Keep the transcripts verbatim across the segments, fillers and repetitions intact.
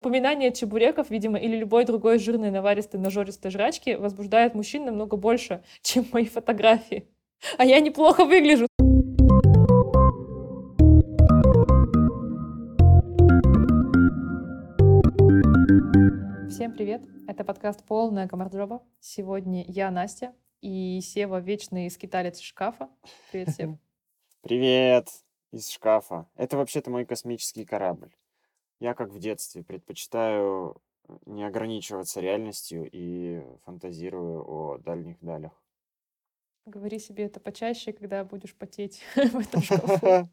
упоминание чебуреков, видимо, или любой другой жирной, наваристой, нажористой жрачки возбуждает мужчин намного больше, чем мои фотографии. А я неплохо выгляжу. Всем привет! Это подкаст «Полная гамардроба». Сегодня я, Настя, и Сева, вечный скиталец из шкафа. Привет, Сев. Привет из шкафа. Это вообще-то мой космический корабль. Я, как в детстве, предпочитаю э, не ограничиваться реальностью и фантазирую о дальних далях. Говори себе это почаще, когда будешь потеть в этом шкафу.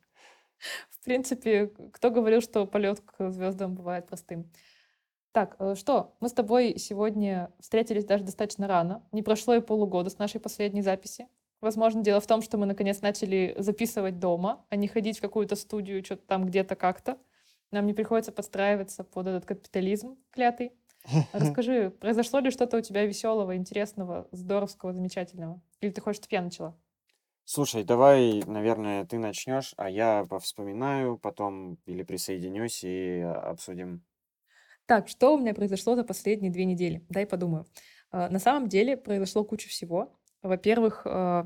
В принципе, кто говорил, что полет к звездам бывает простым? Так, э, что, мы с тобой сегодня встретились даже достаточно рано. Не прошло и полугода с нашей последней записи. Возможно, дело в том, что мы наконец начали записывать дома, а не ходить в какую-то студию, что-то там где-то как-то. Нам не приходится подстраиваться под этот капитализм клятый. Расскажи, произошло ли что-то у тебя веселого, интересного, здоровского, замечательного? Или ты хочешь, чтобы я начала? Слушай, давай, наверное, ты начнешь, а я повспоминаю потом или присоединюсь и э, обсудим. Так, что у меня произошло за последние две недели? Дай подумаю. А, На самом деле произошло куча всего. Во-первых, а,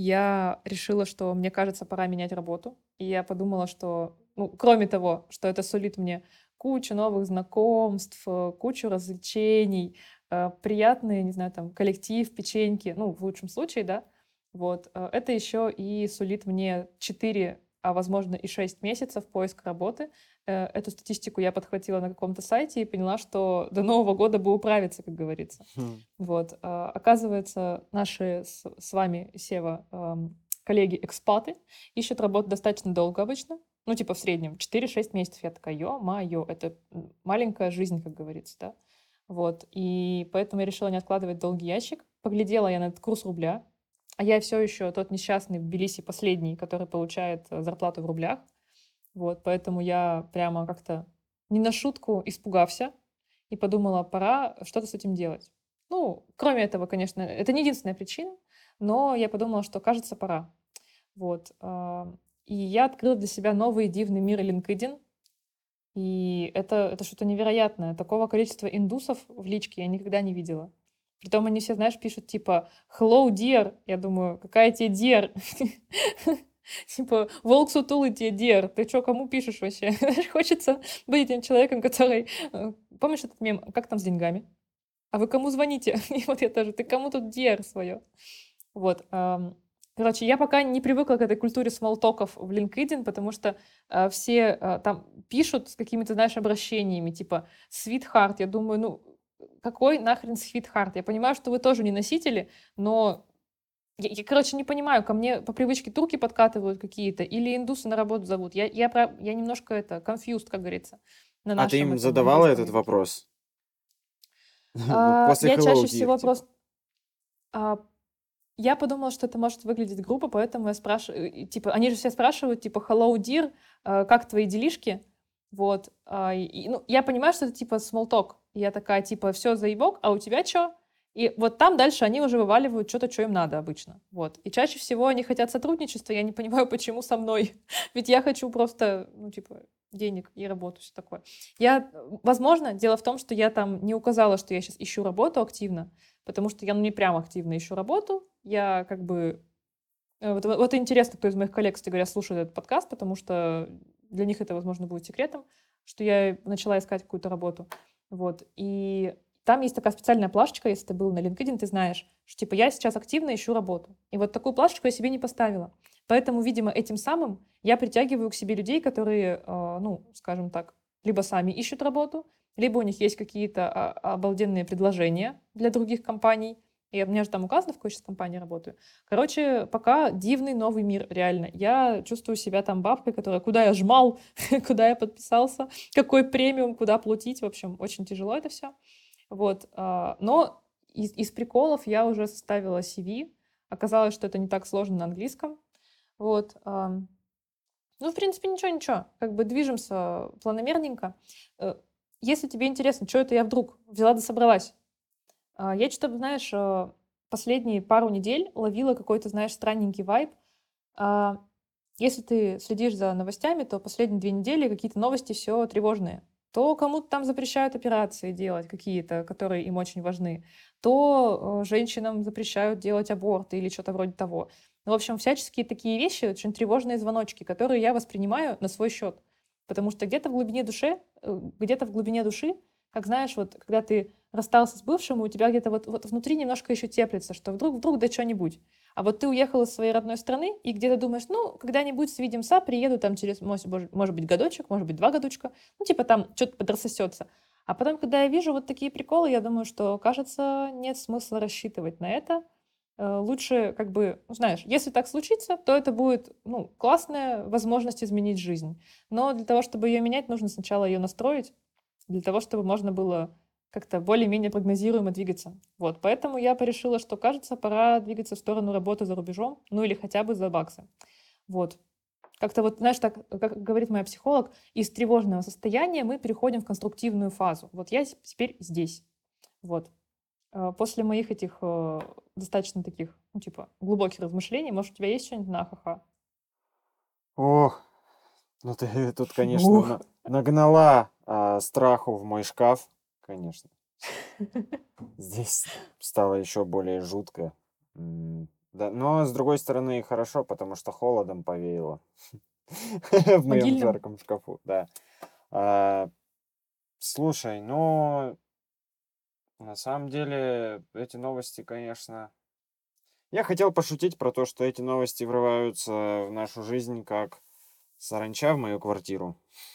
я решила, что мне кажется, пора менять работу. И я подумала, что, ну, кроме того, что это сулит мне кучу новых знакомств, э, кучу развлечений, э, приятный, не знаю, там, коллектив, печеньки, ну, в лучшем случае, да, вот, э, это еще и сулит мне четыре, а возможно и шесть месяцев поиска работы. Э, Эту статистику я подхватила на каком-то сайте и поняла, что до Нового года бы управиться, как говорится. Хм. Вот. а, Оказывается, наши с, с вами, Сева, ам, коллеги-экспаты ищут работу достаточно долго обычно. Ну, типа в среднем четыре-шесть месяцев. Я такая, ё-моё, это м, маленькая жизнь, как говорится, да. Вот. И поэтому я решила не откладывать долгий ящик. Поглядела я на этот курс рубля, а я все еще тот несчастный в Тбилиси последний, который получает э, зарплату в рублях. Вот, поэтому я прямо как-то не на шутку испугався и подумала, пора что-то с этим делать. Ну, кроме этого, конечно, это не единственная причина, но я подумала, что, кажется, пора. Вот. а, И я открыла для себя новый дивный мир LinkedIn, и это, это что-то невероятное. Такого количества индусов в личке я никогда не видела. Притом они все, знаешь, пишут типа «Hello, dear». Я думаю, какая тебе dear? Типа «Волк сутулый тебе dear». Ты чё, кому пишешь вообще? Хочется быть этим человеком, который... э, Помнишь этот мем «Как там с деньгами?» А вы кому звоните? И вот я тоже. Ты кому тут dear свое? Вот. ам, Короче, я пока не привыкла к этой культуре смолтоков в LinkedIn, потому что а, все а, там пишут с какими-то, знаешь, обращениями, типа sweetheart. Я думаю, ну, какой нахрен sweetheart? Я понимаю, что вы тоже не носители, но я, я, короче, не понимаю, ко мне по привычке турки подкатывают какие-то или индусы на работу зовут. Я, я, про- я немножко это, confused, как говорится, на А ты нашем им этом задавала английском этот языке. вопрос? Вот А, после я Hello, чаще dear, всего типа. просто... а, Я подумала, что это может выглядеть грубо, поэтому я спрашиваю, и, типа, они же все спрашивают, типа, hello, dear, э, как твои делишки? Вот. а, и, и, ну, я понимаю, что это, типа, small talk. И я такая, типа, все, заебок, а у тебя что? И вот там дальше они уже вываливают что-то, что им надо обычно. Вот. И чаще всего они хотят сотрудничества, я не понимаю, почему со мной. Ведь я хочу просто, ну, типа, денег и работу, все такое. Я, э, возможно, дело в том, что я там не указала, что я сейчас ищу работу активно, потому что я, ну, не прям активно ищу работу. Я как бы... э, Вот, вот интересно, кто из моих коллег, кстати говоря, слушает этот подкаст, потому что для них это, возможно, будет секретом, что я начала искать какую-то работу. Вот. И там есть такая специальная плашечка, если ты был на LinkedIn, ты знаешь, что типа я сейчас активно ищу работу. И вот такую плашечку я себе не поставила. Поэтому, видимо, этим самым я притягиваю к себе людей, которые, э, ну, скажем так, либо сами ищут работу, либо у них есть какие-то а, обалденные предложения для других компаний. И у меня же там указано, в какой сейчас компании работаю. Короче, пока дивный новый мир, реально. Я чувствую себя там бабкой, которая куда я жмал, куда я подписался, какой премиум, куда платить. В общем, очень тяжело это все. Вот. а, Но из, из приколов я уже составила си ви. Оказалось, что это не так сложно на английском. Вот. ам, Ну, в принципе, ничего-ничего. Как бы движемся планомерненько. Э, Если тебе интересно, что это я вдруг взяла да собралась, а, Я что-то, знаешь, э, последние пару недель ловила какой-то, знаешь, странненький вайб. А, Если ты следишь за новостями, то последние две недели какие-то новости все тревожные. то кому-то там запрещают операции делать какие-то, которые им очень важны, то э, женщинам запрещают делать аборты или что-то вроде того. Ну, в общем, всяческие такие вещи, очень тревожные звоночки, которые я воспринимаю на свой счет. Потому что где-то в глубине души, э, где-то в глубине души, как знаешь, вот когда ты расстался с бывшим, у тебя где-то вот, вот внутри немножко еще теплится, что вдруг, вдруг да что-нибудь. А вот ты уехал из своей родной страны и где-то думаешь, ну, когда-нибудь свидимся, приеду там через, мос- может, может быть, годочек, может быть, два годочка, ну, типа там что-то подрассосется. А потом, когда я вижу вот такие приколы, я думаю, что, кажется, нет смысла рассчитывать на это. Э, Лучше, как бы, ну, знаешь, если так случится, то это будет, ну, классная возможность изменить жизнь. Но для того, чтобы ее менять, нужно сначала ее настроить, для того, чтобы можно было как-то более-менее прогнозируемо двигаться. Вот, поэтому я порешила, что, кажется, пора двигаться в сторону работы за рубежом, ну или хотя бы за баксы. Вот. Как-то вот, знаешь, так, как говорит моя психолог, из тревожного состояния мы переходим в конструктивную фазу. Вот я с- теперь здесь. Вот. Э, После моих этих э, достаточно таких, ну, типа, глубоких размышлений, может, у тебя есть что-нибудь на ха-ха? Ох, ну ты тут, конечно, Ух. на- нагнала а, страху в мой шкаф, конечно. Здесь стало еще более жутко. М, Да, но с другой стороны, и хорошо, потому что холодом повеяло в моем Могильным? жарком шкафу, да. А, Слушай, ну, на самом деле, эти новости, конечно... Я хотел пошутить про то, что эти новости врываются в нашу жизнь как саранча в мою квартиру.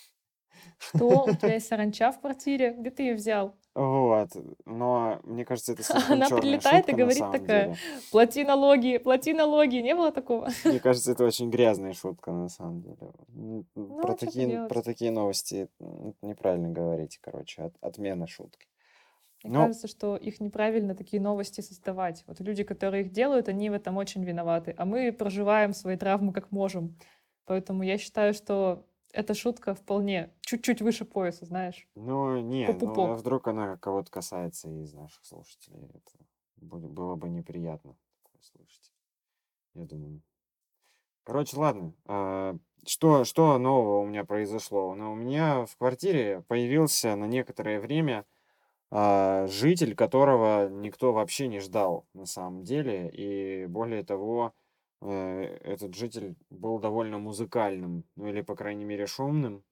Что? У тебя есть саранча в квартире? Где ты ее взял? Вот, но мне кажется, это слишком Она черная прилетает и шутка на говорит самом такая: деле. плати налоги, плати налоги. Не было такого? Мне кажется, это очень грязная шутка на самом деле. М, м, Про Ну, что такие, про поделать? такие новости м, неправильно говорить, короче, от- отмена шутки. Мне Ну, кажется, что их неправильно такие новости создавать. Вот люди, которые их делают, они в этом очень виноваты. А мы проживаем свои травмы как можем. Поэтому я считаю, что эта шутка вполне чуть-чуть выше пояса, знаешь, ну, по не, ну, а пупок. вдруг она кого-то касается из наших слушателей. Это будет- было бы неприятно такое слышать, я думаю. Короче, ладно. а, Что, что нового у меня произошло? Ну, у меня в квартире появился на некоторое время а, житель, которого никто вообще не ждал на самом деле. И более того, э, этот житель был довольно музыкальным, ну или, по крайней мере, шумным.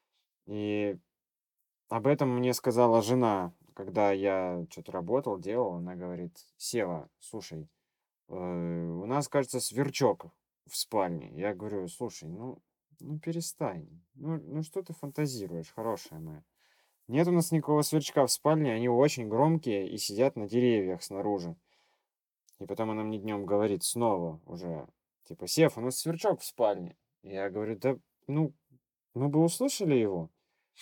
И об этом мне сказала жена, когда я что-то работал, делал. Она говорит: Сева, слушай, э, у нас, кажется, сверчок в спальне. Я говорю: слушай, ну, ну перестань. Ну, ну что ты фантазируешь, хорошая моя? Нет у нас никакого сверчка в спальне, они очень громкие и сидят на деревьях снаружи. И потом она мне днем говорит снова уже, типа: Сев, у нас сверчок в спальне. Я говорю: да, ну, мы бы услышали его.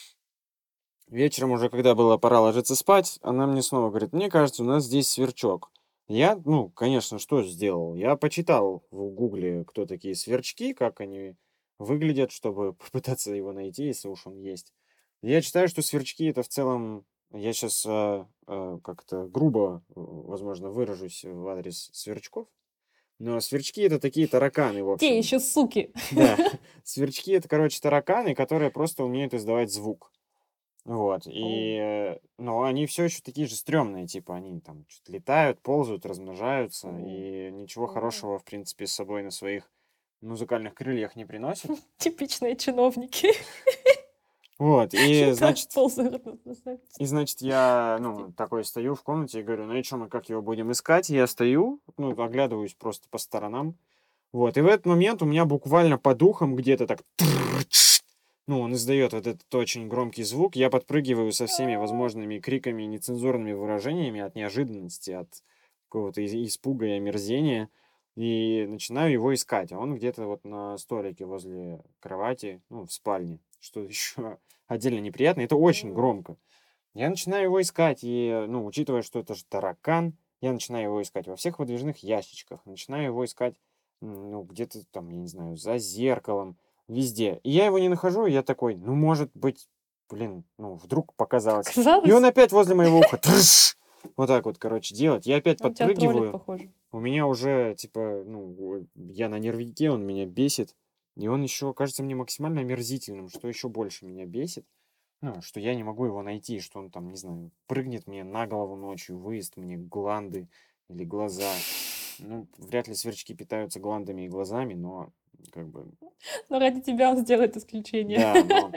Вечером уже, когда было пора ложиться спать, она мне снова говорит: мне кажется, у нас здесь сверчок. Я, ну, конечно, что сделал? Я почитал в гугле, кто такие сверчки, как они выглядят, чтобы попытаться его найти, если уж он есть. Я считаю, что сверчки это в целом, я сейчас как-то грубо, э, возможно, выражусь в адрес сверчков, но сверчки это такие тараканы, в Те общем. еще суки. Да, сверчки это, короче, тараканы, которые просто умеют издавать звук. Вот, Оу. и, э, но они все еще такие же стрёмные, типа они там чё-то летают, ползают, размножаются, Фу. и ничего Фу. хорошего, в принципе, с собой на своих музыкальных крыльях не приносят. Типичные чиновники. Вот, и, Летают, значит, ползают, и, значит, я, ну, такой стою в комнате и говорю: ну и чё, мы как его будем искать? И я стою, ну, оглядываюсь просто по сторонам. Вот, и в этот момент у меня буквально по духам где-то так, ну, он издает вот этот очень громкий звук. Я подпрыгиваю со всеми возможными криками и нецензурными выражениями от неожиданности, от какого-то из- испуга и омерзения. И начинаю его искать. А он где-то вот на столике возле кровати, ну, в спальне, что еще отдельно неприятно. Это очень М. громко. Я начинаю его искать, и, ну, учитывая, что это же таракан, я начинаю его искать во всех выдвижных ящичках, начинаю его искать, м, ну, где-то там, я не знаю, за зеркалом, везде. И я его не нахожу, и я такой: ну, может быть, блин, ну, вдруг показалось. И он Показалось? опять возле моего уха. Трыш! Вот так вот, короче, делать. Я опять А у тебя троллик, подпрыгиваю. похоже. У меня уже, типа, ну, ой, я на нервике, он меня бесит. И он еще кажется мне максимально омерзительным, что еще больше меня бесит. Ну, что я не могу его найти, что он там, не знаю, прыгнет мне на голову ночью, выест мне гланды или глаза. Ну, вряд ли сверчки питаются гландами и глазами, но как бы Но ради тебя он сделает исключение. да, но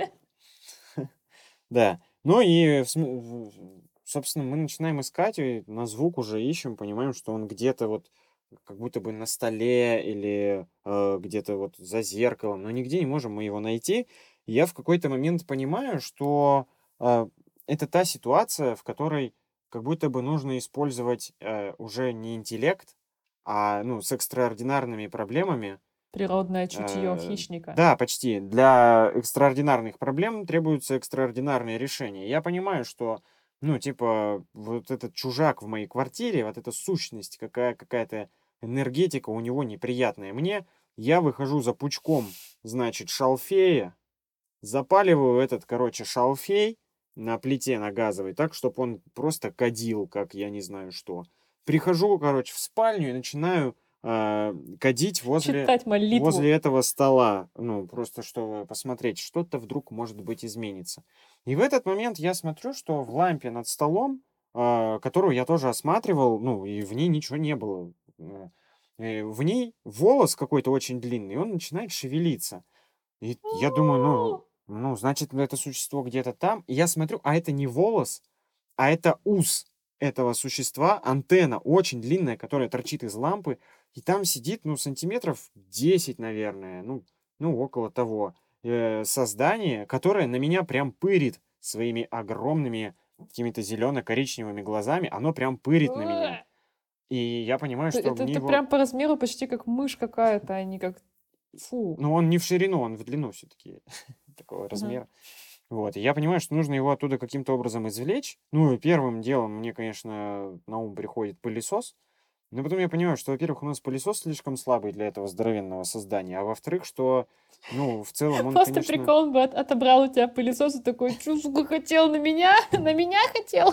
да. Ну и, в см в в собственно, мы начинаем искать, и на звук уже ищем, понимаем, что он где-то вот как будто бы на столе или, э, где-то вот за зеркалом, но нигде не можем мы его найти. И я в какой-то момент понимаю, что, а, это та ситуация, в которой как будто бы нужно использовать, э, уже не интеллект, а, ну, с экстраординарными проблемами. Природное чутье Э, хищника. да, почти. Для экстраординарных проблем требуются экстраординарные решения. Я понимаю, что, ну, типа, вот этот чужак в моей квартире, вот эта сущность, какая, какая-то энергетика у него неприятная мне. Я выхожу за пучком, значит, шалфея, запаливаю этот, короче, шалфей на плите на газовой, так, чтобы он просто кадил, как я не знаю что. Прихожу, короче, в спальню и начинаю а, кадить возле, Читать молитву. возле этого стола. Ну, просто чтобы посмотреть, что-то вдруг, может быть, изменится. И в этот момент я смотрю, что в лампе над столом, а, которую я тоже осматривал, ну, и в ней ничего не было. э, э, В ней волос какой-то очень длинный, и он начинает шевелиться. И я думаю, ну ну, значит, ну, это существо где-то там. И я смотрю, а это не волос, а это ус этого существа, антенна очень длинная, которая торчит из лампы. И там сидит, ну, сантиметров десять, наверное, ну, ну около того, э, создание, которое на меня прям пырит своими огромными какими-то зелено-коричневыми глазами. Оно прям пырит на меня. Уэ! И я понимаю, Это, что это, мне это его... прям по размеру почти как мышь какая-то, а не как... Фу. Ну, он не в ширину, он в длину все-таки такого Мгм. размера. Вот, и я понимаю, что нужно его оттуда каким-то образом извлечь. Ну, и первым делом мне, конечно, на ум приходит пылесос. Но потом я понимаю, что, во-первых, у нас пылесос слишком слабый для этого здоровенного создания, а во-вторых, что, ну, в целом он, Просто конечно... прикол, он бы от- отобрал у тебя пылесос и такой, чё, сука, хотел на меня? На меня хотел?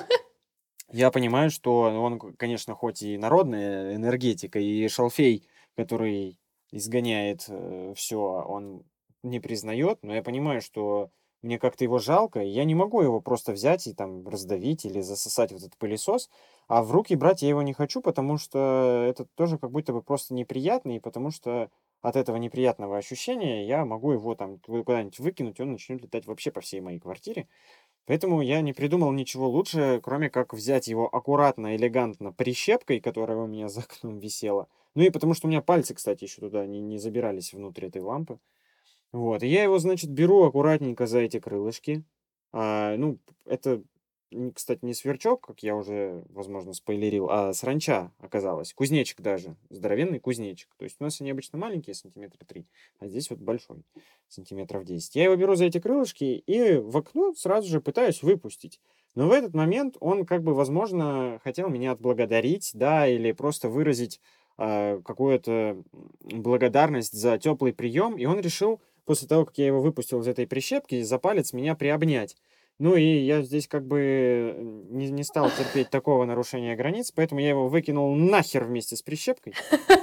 Я понимаю, что он, к- конечно, хоть и народная энергетика, и шалфей, который изгоняет все, он не признает, но я понимаю, что мне как-то его жалко, и я не могу его просто взять и там раздавить или засосать в этот пылесос, а в руки брать я его не хочу, потому что это тоже как будто бы просто неприятно, и потому что от этого неприятного ощущения я могу его там куда-нибудь выкинуть, он начнет летать вообще по всей моей квартире. Поэтому я не придумал ничего лучше, кроме как взять его аккуратно, элегантно прищепкой, которая у меня за окном висела. Ну и потому что у меня пальцы, кстати, еще туда не, не забирались внутрь этой лампы. Вот, и я его, значит, беру аккуратненько за эти крылышки. А, ну, это, н- кстати, не сверчок, как я уже, возможно, спойлерил, а саранча оказалась. Кузнечик даже, здоровенный кузнечик. То есть у нас они обычно маленькие, сантиметра три, а здесь вот большой, сантиметров десять. Я его беру за эти крылышки и в окно сразу же пытаюсь выпустить. Но в этот момент он, как бы, возможно, хотел меня отблагодарить, да, или просто выразить а, какую-то м, благодарность за теплый прием, и он решил после того, как я его выпустил из этой прищепки, за палец меня приобнять. Ну и я здесь как бы э, не, не стал терпеть такого нарушения границ, поэтому я его выкинул нахер вместе с прищепкой.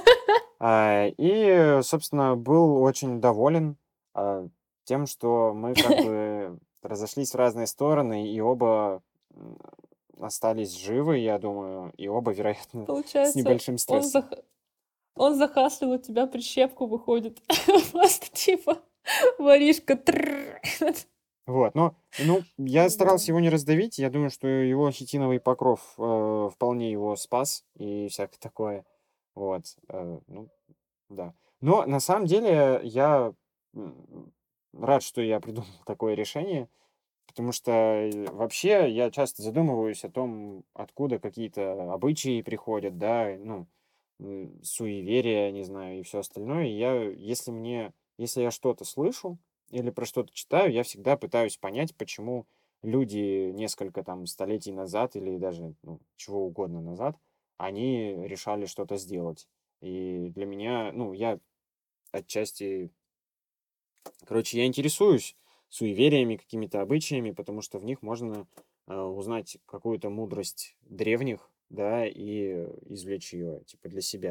А, и, собственно, был очень доволен а, тем, что мы как бы разошлись в разные стороны, и оба м, остались живы, я думаю, и оба, вероятно, с Получается, небольшим он, стрессом. зах... он захаслил у тебя прищепку, выходит. Просто типа воришка. Трррр. Вот, но, ну, я Да. старался его не раздавить. Я думаю, что его хитиновый покров, э, вполне его спас и всякое такое. Вот, э, ну, да. Но на самом деле я, м, рад, что я придумал такое решение, потому что, э, вообще я часто задумываюсь о том, откуда какие-то обычаи приходят, да, ну, м, суеверия, не знаю, и все остальное. И я, если мне, если я что-то слышу или про что-то читаю, я всегда пытаюсь понять, почему люди несколько там столетий назад или даже, ну, чего угодно назад, они решали что-то сделать. И для меня, ну, я отчасти, короче, я интересуюсь суевериями, какими-то обычаями, потому что в них можно э, узнать какую-то мудрость древних, да, и извлечь ее, типа, для себя.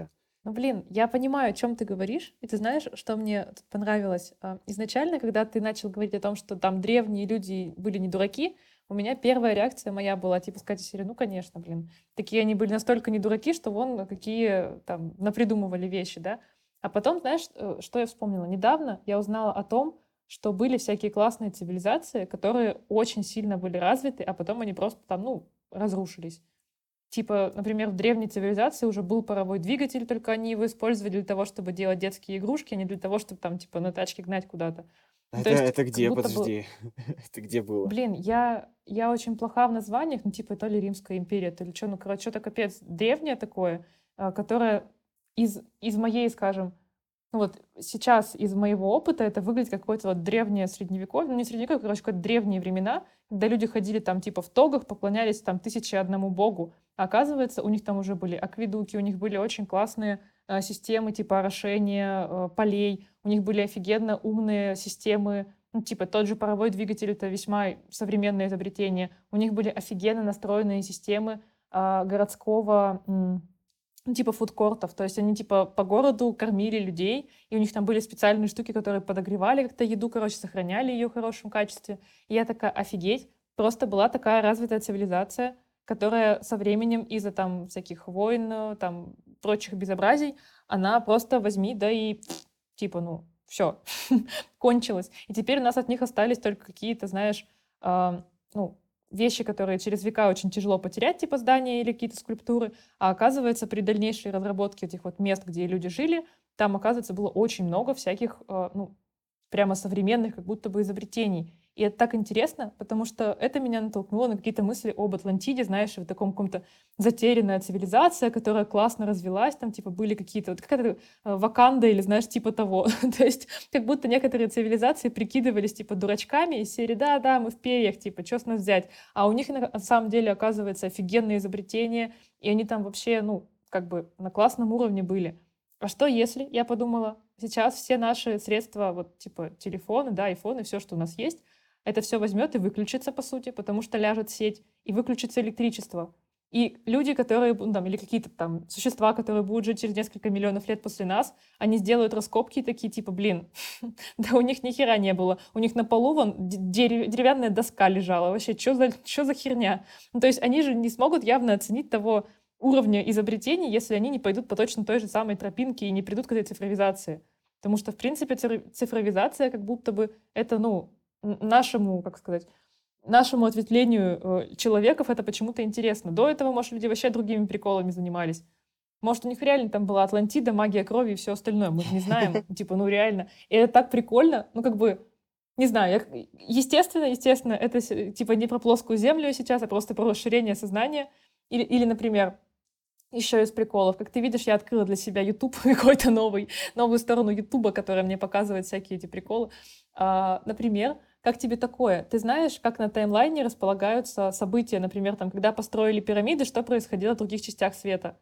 Ну, блин, я понимаю, о чем ты говоришь. И ты знаешь, что мне тут понравилось? А, Изначально, когда ты начал говорить о том, что там древние люди были не дураки, у меня первая реакция моя была, типа, сказать из серии, ну, конечно, блин. Такие они были настолько не дураки, что вон какие там напридумывали вещи, да. А потом, знаешь, э, что я вспомнила? Недавно я узнала о том, что были всякие классные цивилизации, которые очень сильно были развиты, а потом они просто там, ну, разрушились. Типа, например, в древней цивилизации уже был паровой двигатель, только они его использовали для того, чтобы делать детские игрушки, а не для того, чтобы там, типа, на тачке гнать куда-то. А Ну, то Это, есть, это как где? будто бы, Подожди. Это где было? блин, я, я очень плоха в названиях, ну, типа, то ли Римская империя, то ли что, ну, короче, что-то капец древнее такое, а, которое из, из моей, скажем, ну вот сейчас из моего опыта это выглядит как какое-то вот древнее средневековье, ну не средневековье, короче, какие-то древние времена, когда люди ходили там типа в тогах, поклонялись там тысяче одному богу. А оказывается, у них там уже были акведуки, у них были очень классные э, системы типа орошения э, полей, у них были офигенно умные системы, ну типа тот же паровой двигатель, это весьма современное изобретение. У них были офигенно настроенные системы а, городского м, ну, типа фудкортов. То есть они типа по городу кормили людей, и у них там были специальные штуки, которые подогревали как-то еду, короче, сохраняли ее в хорошем качестве. И я такая, офигеть, просто была такая развитая цивилизация, которая со временем из-за там всяких войн, э, там прочих безобразий, она просто возьми, да и типа, ну, все, кончилась. И теперь у нас от них остались только какие-то, знаешь, а, ну, вещи, которые через века очень тяжело потерять, типа здания или какие-то скульптуры, а оказывается, при дальнейшей разработке этих вот мест, где люди жили, там, оказывается, было очень много всяких, э, ну, прямо современных как будто бы изобретений. И это так интересно, потому что это меня натолкнуло на какие-то мысли об Атлантиде, знаешь, в таком каком-то затерянная цивилизация, которая классно развелась, там типа были какие-то, вот какая-то э, Ваканда или, знаешь, типа того. То есть как будто некоторые цивилизации прикидывались типа дурачками из серии «да-да, мы в перьях, типа, что с нас взять?» А у них на на самом деле оказывается офигенные изобретения, и они там вообще, ну, как бы на классном уровне были. А что если, я подумала, сейчас все наши средства, вот типа телефоны, да, айфоны, все, что у нас есть, это все возьмет и выключится, по сути, потому что ляжет сеть, и выключится электричество. И люди, которые, бу- ну, там, или какие-то там существа, которые будут жить через несколько миллионов лет после нас, они сделают раскопки и такие, типа, блин, да у них ни хера не было. У них на полу вон д- дерев- деревянная доска лежала. Вообще, что за, что за херня? Ну, то есть они же не смогут явно оценить того уровня изобретений, если они не пойдут по точно той же самой тропинке и не придут к этой цифровизации. Потому что, в принципе, цифр- цифровизация как будто бы это, ну, н- нашему, как сказать, нашему ответвлению э, человеков это почему-то интересно. До этого, может, люди вообще другими приколами занимались. Может, у них реально там была Атлантида, магия крови и все остальное. Мы же не знаем. Типа, ну реально. И это так прикольно. Ну, как бы, не знаю, я- естественно, естественно, это с- типа не про плоскую землю сейчас, а просто про расширение сознания. Или, или, например, еще из приколов. Как ты видишь, я открыла для себя YouTube какой-то новый, новую сторону Ютуба, которая мне показывает всякие эти приколы. А, например, как тебе такое? Ты знаешь, как на таймлайне располагаются события, например, там, когда построили пирамиды, что происходило в других частях света?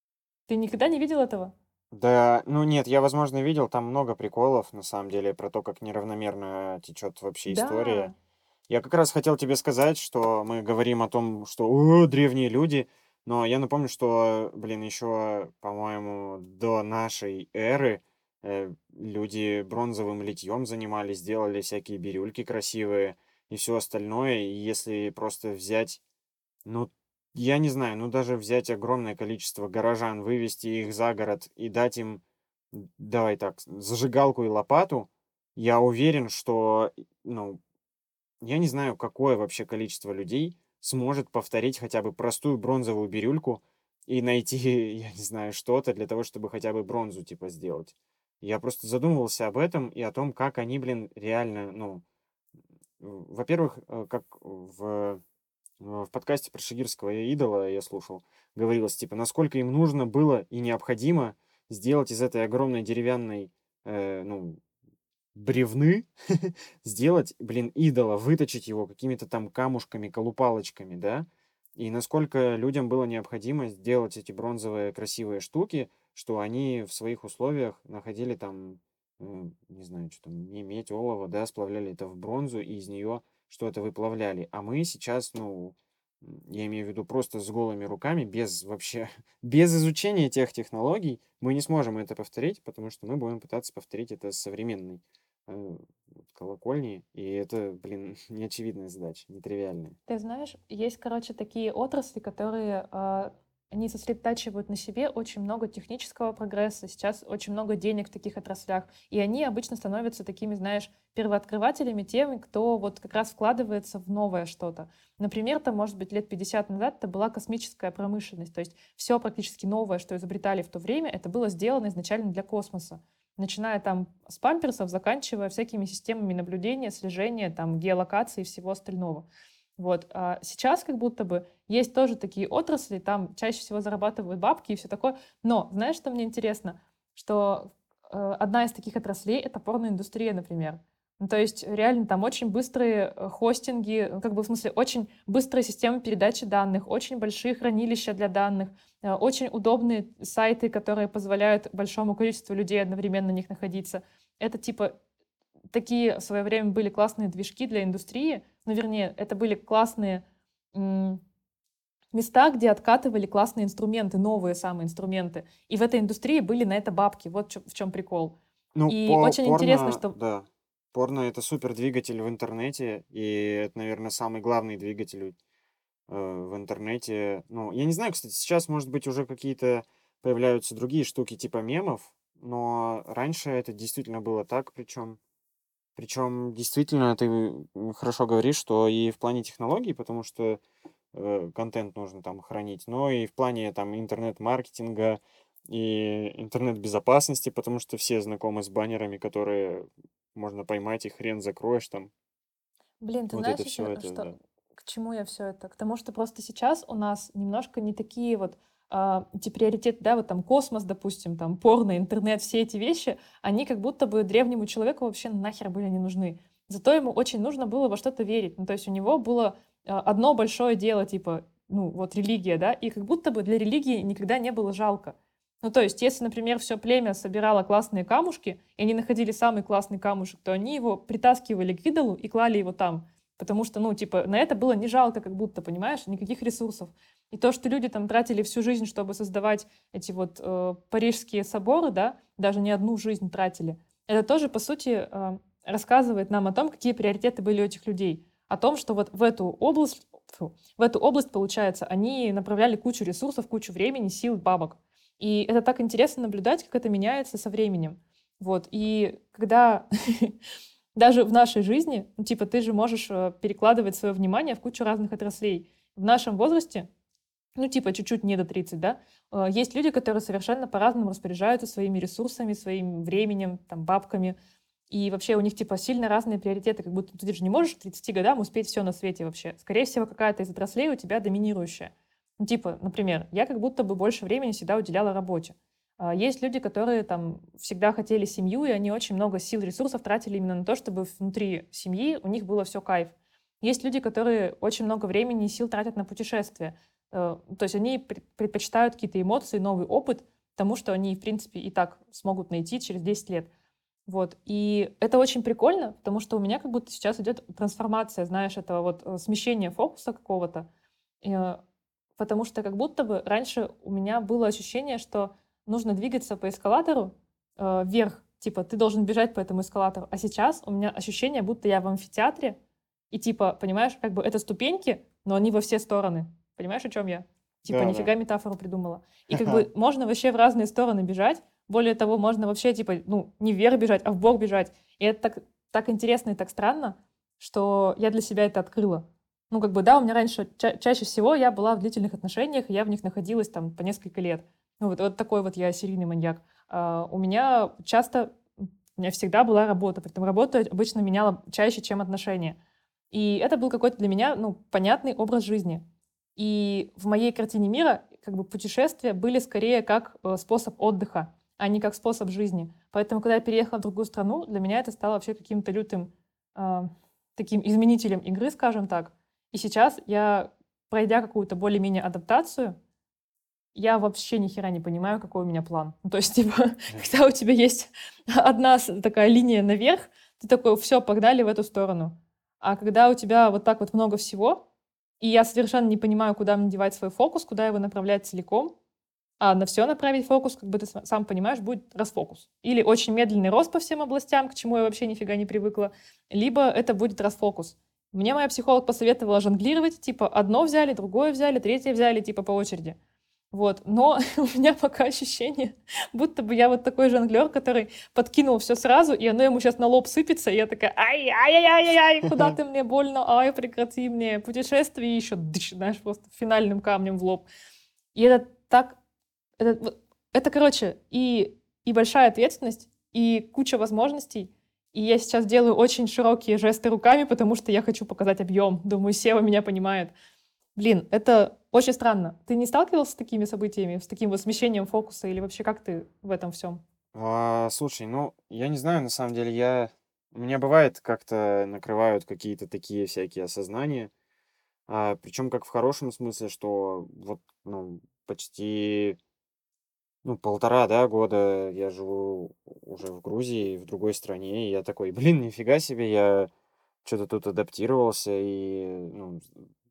Ты никогда не видел этого? Да, ну нет, я, возможно, видел там много приколов, на самом деле, про то, как неравномерно течет вообще история. Да, Я как раз хотел тебе сказать, что мы говорим о том, что «О, древние люди», но я напомню, что, блин, еще, по-моему, до нашей эры э, люди бронзовым литьем занимались, делали всякие бирюльки красивые и все остальное. И если просто взять, ну, я не знаю, ну, даже взять огромное количество горожан, вывести их за город и дать им, м, давай так, зажигалку и лопату, я уверен, что, ну, я не знаю, какое вообще количество людей сможет повторить хотя бы простую бронзовую бирюльку и найти, я не знаю, что-то для того, чтобы хотя бы бронзу типа сделать. Я просто задумывался об этом и о том, как они, блин, реально, ну, в- во-первых, э, как в, в подкасте про Шигирского идола я слушал, говорилось, типа, насколько им нужно было и необходимо сделать из этой огромной деревянной, э, ну, бревны, сделать, блин, идола, выточить его какими-то там камушками, колупалочками, да. И насколько людям было необходимо сделать эти бронзовые красивые штуки, что они в своих условиях находили там, м, не знаю, что там, ме- медь, олово, да, сплавляли это в бронзу и из нее что-то выплавляли. А мы сейчас, ну, м, я имею в виду просто с голыми руками, без вообще, без изучения тех технологий, мы не сможем это повторить, потому что мы будем пытаться повторить это с современной э, вот колокольни, и это, блин, неочевидная задача, нетривиальная. Ты знаешь, есть, короче, такие отрасли, которые а, они сосредотачивают на себе очень много технического прогресса. Сейчас очень много денег в таких отраслях. И они обычно становятся такими, знаешь, первооткрывателями, теми, кто вот как раз вкладывается в новое что-то. Например, там, может быть, лет пятьдесят назад это была космическая промышленность. То есть все практически новое, что изобретали в то время, это было сделано изначально для космоса. Начиная там с памперсов, заканчивая всякими системами наблюдения, слежения, там, геолокации и всего остального. Вот. А сейчас как будто бы есть тоже такие отрасли, там чаще всего зарабатывают бабки и все такое. Но знаешь, что мне интересно? Что э, одна из таких отраслей — это порноиндустрия, например. Ну, то есть реально там очень быстрые э, хостинги, ну, как бы в смысле очень быстрые системы передачи данных, очень большие хранилища для данных, э, очень удобные сайты, которые позволяют большому количеству людей одновременно на них находиться. Это типа такие в свое время были классные движки для индустрии, ну, вернее, это были классные м, места, где откатывали классные инструменты, новые самые инструменты. И в этой индустрии были на это бабки. Вот чё- в чем прикол. Ну, И по очень интересно, порно, что... да, порно это супер двигатель в интернете, и это, наверное, самый главный двигатель э, в интернете. Ну, я не знаю, кстати, сейчас, может быть, уже какие-то появляются другие штуки типа мемов, но раньше это действительно было так, причем, причем действительно ты м, хорошо говоришь, что и в плане технологий, потому что э, контент нужно там хранить, но и в плане там интернет-маркетинга и интернет-безопасности, потому что все знакомы с баннерами, которые можно поймать, и хрен закроешь там. Блин, ты Вот знаешь это все, еще, это, что да. к чему я все это? К тому, что просто сейчас у нас немножко не такие вот а, эти приоритеты, да, вот там космос, допустим, там порно, интернет, все эти вещи, они как будто бы древнему человеку вообще нахер были не нужны. Зато ему очень нужно было во что-то верить. Ну, то есть у него было а, одно большое дело, типа, ну, вот религия, да, и как будто бы для религии никогда не было жалко. Ну, то есть, если, например, все племя собирало классные камушки, и они находили самый классный камушек, то они его притаскивали к идолу и клали его там. Потому что, ну, типа, на это было не жалко, как будто, понимаешь, никаких ресурсов. И то, что люди там тратили всю жизнь, чтобы создавать эти вот э, парижские соборы, да, даже не одну жизнь тратили, это тоже, по сути, э, рассказывает нам о том, какие приоритеты были у этих людей. О том, что вот в эту область, фу, в эту область, получается, они направляли кучу ресурсов, кучу времени, сил, бабок. И это так интересно наблюдать, как это меняется со временем. Вот. И когда даже в нашей жизни, ну, типа, ты же можешь э, перекладывать свое внимание в кучу разных отраслей. В нашем возрасте, ну, типа, чуть-чуть не до тридцати, да, э, есть люди, которые совершенно по-разному распоряжаются своими ресурсами, своим временем, там, бабками. И вообще у них, типа, сильно разные приоритеты, как будто ты же не можешь к тридцати годам успеть все на свете вообще. Скорее всего, какая-то из отраслей у тебя доминирующая. Ну, типа, например, я как будто бы больше времени всегда уделяла работе. А есть люди, которые там всегда хотели семью, и они очень много сил, ресурсов тратили именно на то, чтобы внутри семьи у них было все кайф. Есть люди, которые очень много времени и сил тратят на путешествия. Э, То есть они пред- предпочитают какие-то эмоции, новый опыт тому, что они, в принципе, и так смогут найти через десять лет. Вот. И это очень прикольно, потому что у меня как будто сейчас идет трансформация, знаешь, этого вот э, смещения фокуса какого-то. Э, Потому что как будто бы раньше у меня было ощущение, что нужно двигаться по эскалатору э, вверх, типа ты должен бежать по этому эскалатору. А сейчас у меня ощущение, будто я в амфитеатре, и типа, понимаешь, как бы это ступеньки, но они во все стороны. Понимаешь, о чем я? Типа, Да, да. нифига метафору придумала. И как бы можно вообще в разные стороны бежать. Более того, можно вообще, типа, ну, не вверх бежать, а в бок бежать. И это так, так интересно и так странно, что я для себя это открыла. Ну, как бы, да, у меня раньше, ча- чаще всего я была в длительных отношениях, и я в них находилась там по несколько лет. Ну, вот, вот такой вот я серийный маньяк. А, у меня часто, у меня всегда была работа, притом работа обычно меняла чаще, чем отношения. И это был какой-то для меня, ну, понятный образ жизни. И в моей картине мира как бы путешествия были скорее как э, способ отдыха, а не как способ жизни. Поэтому, когда я переехала в другую страну, для меня это стало вообще каким-то лютым э, таким изменителем игры, скажем так. И сейчас я, пройдя какую-то более-менее адаптацию, я вообще ни хера не понимаю, какой у меня план. Ну, то есть, типа, когда у тебя есть одна с- такая линия наверх, ты такой, все, погнали в эту сторону. А когда у тебя вот так вот много всего, и я совершенно не понимаю, куда мне девать свой фокус, куда его направлять целиком. А на все направить фокус, как бы ты с- сам понимаешь, будет расфокус. Или очень медленный рост по всем областям, к чему я вообще нифига не привыкла, либо это будет расфокус. Мне моя психолог посоветовала жонглировать, типа одно взяли, другое взяли, третье взяли, типа по очереди. Вот, но у меня пока ощущение, будто бы я вот такой жонглер, который подкинул все сразу, и оно ему сейчас на лоб сыпется, и я такая, ай, ай, ай, ай, ай, ай, куда ты мне больно, ай, прекрати мне путешествие, и еще, дыщ, знаешь, просто финальным камнем в лоб. И это так это, вот- это, короче, и, и большая ответственность, и куча возможностей. И я сейчас делаю очень широкие жесты руками, потому что я хочу показать объем. Думаю, Сева меня понимает. Блин, это очень странно. Ты не сталкивался с такими событиями, с таким вот смещением фокуса, или вообще как ты в этом всем? А, слушай, ну, я не знаю, на самом деле, я... У меня бывает как-то накрывают какие-то такие всякие осознания, а, причем как в хорошем смысле, что вот, ну, почти, ну, полтора, да, года я живу уже в Грузии, в другой стране, и я такой, блин, нифига себе, я что-то тут адаптировался, и, ну,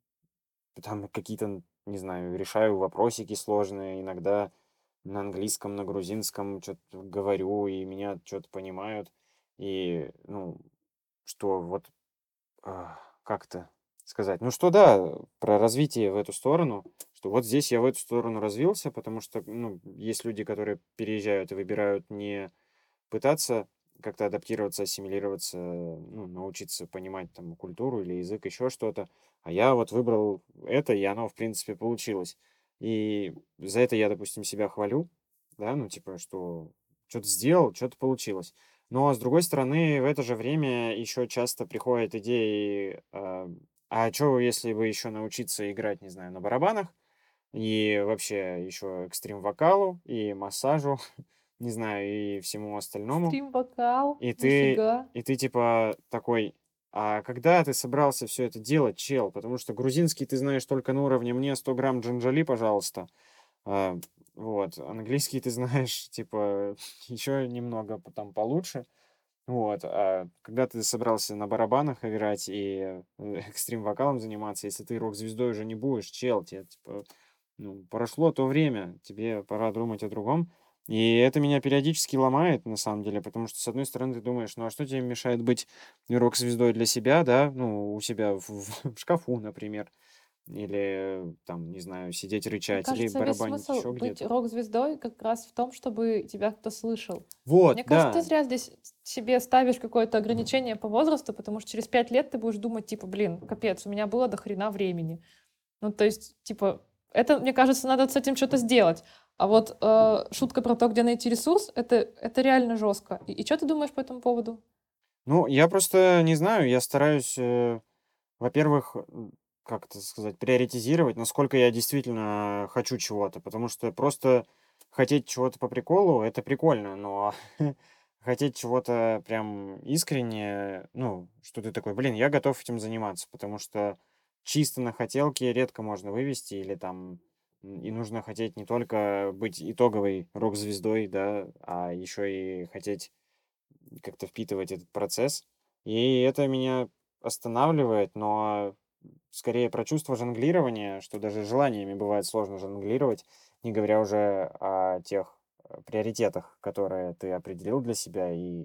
там какие-то, не знаю, решаю вопросики сложные, иногда на английском, на грузинском что-то говорю, и меня что-то понимают. И, ну, что вот, а, как то сказать? Ну, что да, про развитие в эту сторону, что вот здесь я в эту сторону развился, потому что, ну, есть люди, которые переезжают и выбирают не пытаться как-то адаптироваться, ассимилироваться, ну, научиться понимать там культуру или язык, еще что-то. А я вот выбрал это, и оно, в принципе, получилось. И за это я, допустим, себя хвалю, да, ну, типа, что что-то сделал, что-то получилось. Но, с другой стороны, в это же время еще часто приходят идеи, а, а что, если бы еще научиться играть, не знаю, на барабанах, и вообще еще экстрим-вокалу, и массажу, не знаю, и всему остальному. Стрим-вокал, И ты, нифига. и ты типа такой, а когда ты собрался все это делать, чел? Потому что грузинский ты знаешь только на уровне «мне сто грамм джанджали, пожалуйста». А, вот, английский ты знаешь, типа, еще немного п- там получше. Вот, а когда ты собрался на барабанах играть и э, экстрим-вокалом заниматься, если ты рок-звездой уже не будешь, чел, тебе, типа, ну, прошло то время, тебе пора думать о другом. И это меня периодически ломает, на самом деле, потому что, с одной стороны, ты думаешь, ну, а что тебе мешает быть рок-звездой для себя, да, ну, у себя в, в- в шкафу, например, или, там, не знаю, сидеть Мне рычать, или кажется, весь барабанить смысл еще быть где-то. рок-звездой как раз в том, чтобы тебя кто слышал. Вот, Мне кажется, ты да, зря здесь себе ставишь какое-то ограничение по возрасту, потому что через пять лет ты будешь думать, типа, блин, капец, у меня было до хрена времени. Ну, то есть, типа, это, мне кажется, надо с этим что-то сделать. А вот э, шутка про то, где найти ресурс, это, это реально жестко. И, и что ты думаешь по этому поводу? ну, я просто не знаю, я стараюсь, э, во-первых, м, как это сказать, приоритизировать, насколько я действительно хочу чего-то, потому что просто хотеть чего-то по приколу — это прикольно, но хотеть чего-то прям искренне, ну, что ты такой, блин, я готов этим заниматься, потому что чисто на хотелке редко можно вывести, или там м, и нужно хотеть не только быть итоговой рок-звездой, да, а еще и хотеть как-то впитывать этот процесс. И это меня останавливает, но скорее про чувство жонглирования, что даже желаниями бывает сложно жонглировать, не говоря уже о тех э, приоритетах, которые ты определил для себя и,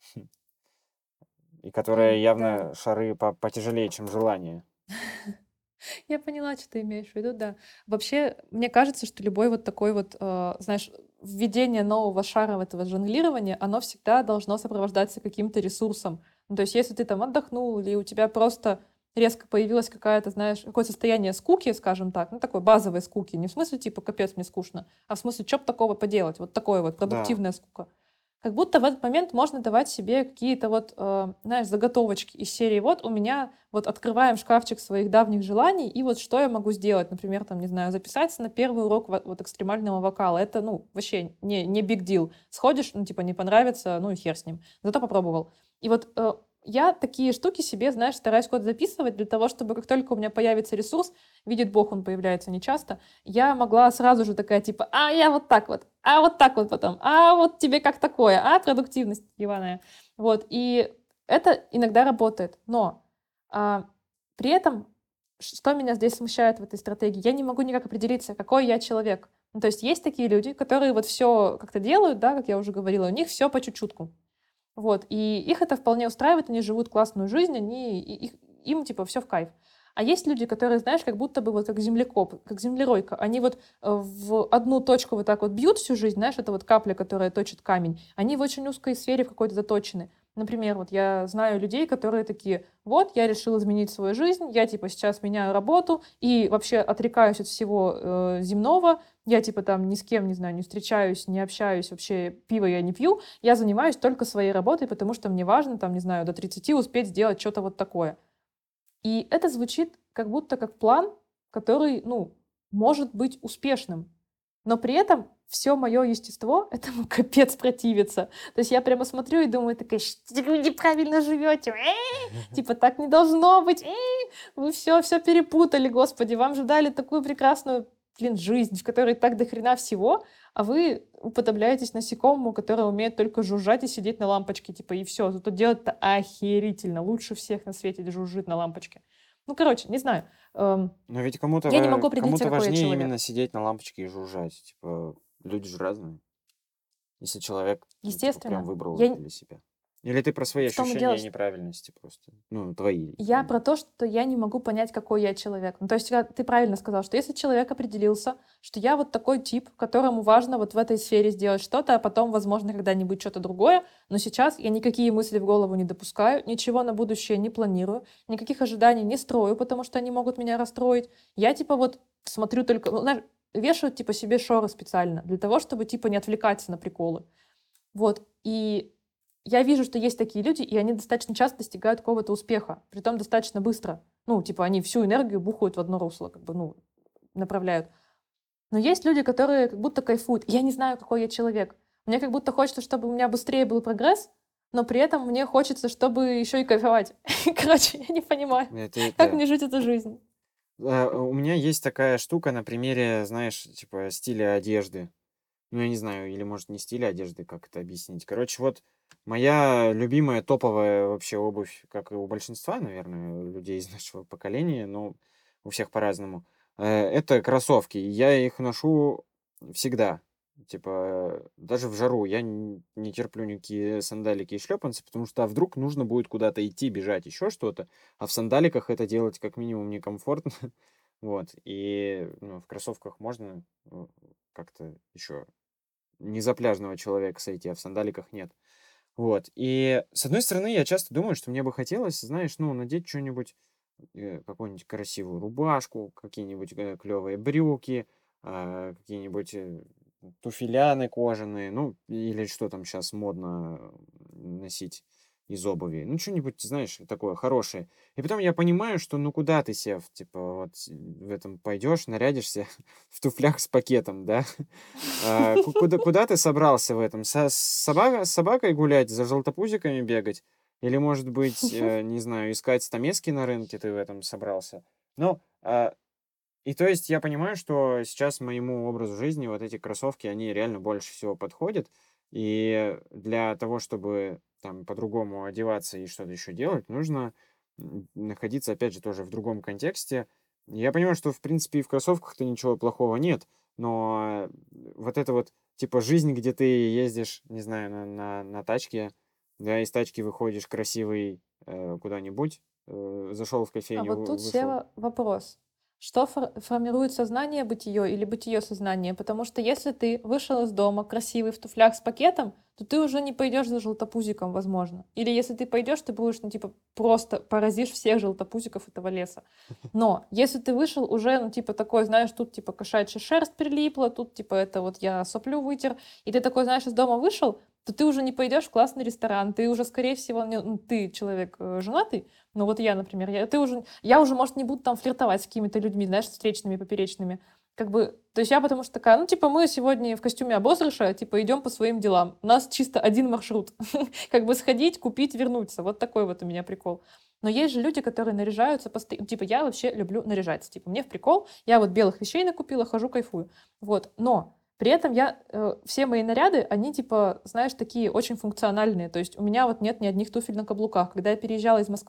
и которые Блин, да. явно шары по потяжелее, чем желание. Я поняла, что ты имеешь в виду, да. Вообще, мне кажется, что любой вот такой вот, э, знаешь, введение нового шара в этого жонглирования, оно всегда должно сопровождаться каким-то ресурсом. Ну, то есть, если ты там отдохнул, или у тебя просто резко появилась какая-то, знаешь, какое-то состояние скуки, скажем так, ну, такой базовой скуки, не в смысле, типа, капец, мне скучно, а в смысле, что бы такого поделать, вот такое вот, Да, продуктивная скука. Как будто в этот момент можно давать себе какие-то вот, э, знаешь, заготовочки из серии. Вот у меня вот открываем шкафчик своих давних желаний, и вот что я могу сделать? Например, там, не знаю, записаться на первый урок во- вот экстремального вокала. Это, ну, вообще не, не big deal. Сходишь, ну, типа, не понравится, ну и хер с ним. Зато попробовал. И вот э, я такие штуки себе, знаешь, стараюсь куда-то записывать для того, чтобы как только у меня появится ресурс, видит Бог, он появляется нечасто, я могла сразу же такая, типа, а я вот так вот, а вот так вот потом, а вот тебе как такое, а продуктивность ебаная. Вот, и это иногда работает, но а, при этом что меня здесь смущает в этой стратегии? Я не могу никак определиться, какой я человек. Ну, то есть есть такие люди, которые вот все как-то делают, да, как я уже говорила, у них все по чуть-чутку. Вот, и их это вполне устраивает, они живут классную жизнь, они, и- их- им типа все в кайф. А есть люди, которые, знаешь, как будто бы вот как землекоп, как землеройка. Они вот э, в одну точку вот так вот бьют всю жизнь, знаешь, это вот капля, которая точит камень. Они в очень узкой сфере в какой-то заточены. Например, вот я знаю людей, которые такие: вот, я решил изменить свою жизнь, я типа сейчас меняю работу и вообще отрекаюсь от всего э, земного, я типа там ни с кем, не знаю, не встречаюсь, не общаюсь, вообще пиво я не пью, я занимаюсь только своей работой, потому что мне важно, там, не знаю, до тридцати успеть сделать что-то вот такое. И это звучит как будто как план, который, ну, может быть успешным. Но при этом все мое естество этому капец противится. То есть я прямо смотрю и думаю такая: что вы неправильно живете, типа так не должно быть, э, вы все все перепутали, господи, вам же дали такую прекрасную, блин, жизнь, в которой так до хрена всего, а вы уподобляетесь насекомому, которое умеет только жужжать и сидеть на лампочке, типа, и все. Зато делать-то охерительно, лучше всех на свете жужжит на лампочке. Ну, короче, не знаю. эм, Но ведь кому-то Я не могу ва- определиться, кому-то какой я важнее человек. именно сидеть на лампочке и жужжать. Типа, люди же разные. Если человек, ну, типа, прям Естественно, выбрал я это н- для себя. Или ты про свои в том и ощущения дело, и неправильности просто. Ну, твои я именно. про то, что я не могу понять, какой я человек. Ну, то есть я- ты правильно сказал, что если человек определился, что я вот такой тип, которому важно вот в этой сфере сделать что-то, а потом, возможно, когда-нибудь что-то другое, но сейчас я никакие мысли в голову не допускаю, ничего на будущее не планирую, никаких ожиданий не строю, потому что они могут меня расстроить. Я типа вот смотрю только, ну, знаешь, вешаю типа себе шоры специально для того, чтобы типа не отвлекаться на приколы. Вот. И я вижу, что есть такие люди, и они достаточно часто достигают какого-то успеха, притом достаточно быстро. Ну, типа, они всю энергию бухают в одно русло, как бы, ну, направляют. Но есть люди, которые как будто кайфуют. Я не знаю, какой я человек. Мне как будто хочется, чтобы у меня быстрее был прогресс, но при этом мне хочется, чтобы еще и кайфовать. Короче, я не понимаю, Это, как да. мне жить эту жизнь. А, У меня есть такая штука на примере, знаешь, типа стиля одежды. Ну, я не знаю, или, может, не стиля одежды, как это объяснить. Короче, вот моя любимая топовая вообще обувь, как и у большинства, наверное, людей из нашего поколения, но у всех по-разному, э, это кроссовки. И я их ношу всегда. Типа, даже в жару я н- не терплю никакие сандалики и шлепанцы, потому что а вдруг нужно будет куда-то идти, бежать, еще что-то, а в сандаликах это делать как минимум некомфортно. Вот. И ну, в кроссовках можно э, как-то еще не за пляжного человека сойти, а в сандаликах нет. Вот. И с одной стороны, я часто думаю, что мне бы хотелось, знаешь, ну, надеть что-нибудь, э, какую-нибудь красивую рубашку, какие-нибудь э, клевые брюки, а, какие-нибудь э, туфеляны кожаные, ну, или что там сейчас модно э, носить из обуви. Ну, что-нибудь, знаешь, такое хорошее. И потом я понимаю, что ну куда ты, Сев, типа, вот с- в этом пойдешь, нарядишься в туфлях с пакетом, да? А, ку- куда, куда ты собрался в этом? Со, с собака- с собакой гулять, за желтопузиками бегать? Или, может быть, э, не знаю, искать стамески на рынке ты в этом собрался? Ну, а, и то есть я понимаю, что сейчас моему образу жизни вот эти кроссовки, они реально больше всего подходят. И для того, чтобы там по-другому одеваться и что-то еще делать, нужно м, находиться, опять же, тоже в другом контексте. Я понимаю, что, в принципе, и в кроссовках-то ничего плохого нет, но э, вот это вот, типа, жизнь, где ты ездишь, не знаю, на, на, на тачке, да, из тачки выходишь красивый э, куда-нибудь, э, зашел в А кофейню, вот вы- тут, вышел. Сева, вопрос. Что фор- формирует сознание бытие или бытие сознание? Потому что если ты вышел из дома красивый в туфлях с пакетом, то ты уже не пойдешь за желтопузиком, возможно. Или если ты пойдешь, ты будешь, ну, типа, просто поразишь всех желтопузиков этого леса. Но если ты вышел уже, ну, типа, такой, знаешь, тут, типа, кошачья шерсть прилипла, тут, типа, это вот я соплю вытер, и ты такой, знаешь, из дома вышел, то ты уже не пойдешь в классный ресторан, ты уже, скорее всего, не- ну, ты человек э, женатый, ну вот я, например, я, ты уже, я уже, может, не буду там флиртовать с какими-то людьми, знаешь, встречными, поперечными. Как бы, то есть я потому что такая, ну, типа, мы сегодня в костюме обозрыша, типа, идем по своим делам. У нас чисто один маршрут. Как бы сходить, купить, вернуться. Вот такой вот у меня прикол. Но есть же люди, которые наряжаются постоянно. Типа, я вообще люблю наряжаться. Типа, мне в прикол. Я вот белых вещей накупила, хожу, кайфую. Вот. Но при этом я, э, все мои наряды, они типа, знаешь, такие очень функциональные. То есть у меня вот нет ни одних туфель на каблуках. Когда я переезжала из Москвы,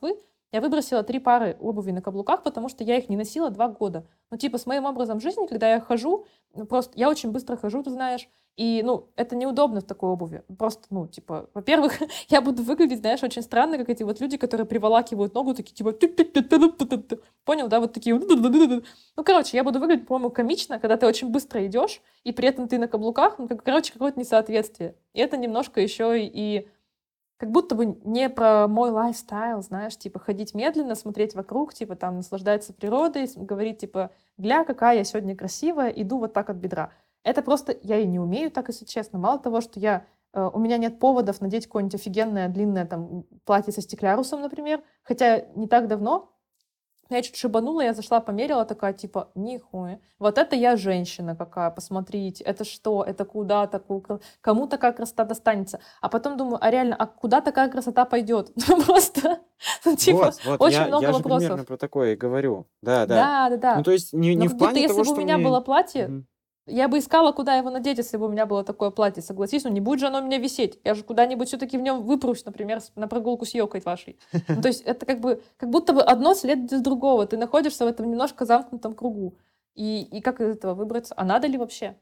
Я выбросила три пары обуви на каблуках, потому что я их не носила два года. Ну, типа, с моим образом жизни, когда я хожу, ну, просто я очень быстро хожу, ты знаешь, и, ну, это неудобно в такой обуви. Просто, ну, типа, во-первых, я буду выглядеть, знаешь, очень странно, как эти вот люди, которые приволакивают ногу, такие, типа, тю-тю-тю-тю-тю-тю-тю. Понял, да, вот такие. Ну, короче, я буду выглядеть, по-моему, комично, когда ты очень быстро идешь, и при этом ты на каблуках, ну, как- короче, какое-то несоответствие. И это немножко еще и как будто бы не про мой лайфстайл, знаешь, типа ходить медленно, смотреть вокруг, типа там наслаждаться природой, с- говорить типа, гля, какая я сегодня красивая, иду вот так от бедра. Это просто, я и не умею так, если честно. Мало того, что я, э, у меня нет поводов надеть какое-нибудь офигенное длинное там платье со стеклярусом, например, хотя не так давно я чуть шибанула, я зашла, померила, такая, типа, нихуя. Вот это я женщина какая, посмотрите. Это что? Это куда такую... кра- Кому такая красота достанется? А потом думаю, а реально, а куда такая красота пойдет? Ну, просто, ну, типа, Вот, вот, очень я, много я же примерно вопросов. про такое и говорю. Да, да. Да, да, Ну, да. то есть не, Но не в как будто, плане если того, бы у что меня было мне... платье, Мгм. я бы искала, куда его надеть, если бы у меня было такое платье, согласись. Ну, не будет же оно у меня висеть. Я же куда-нибудь все-таки в нем выпрусь, например, с- на прогулку с Йокой вашей. Ну, то есть это как бы, как будто бы одно следует из другого. Ты находишься в этом немножко замкнутом кругу. И, и как из этого выбраться? А надо ли вообще?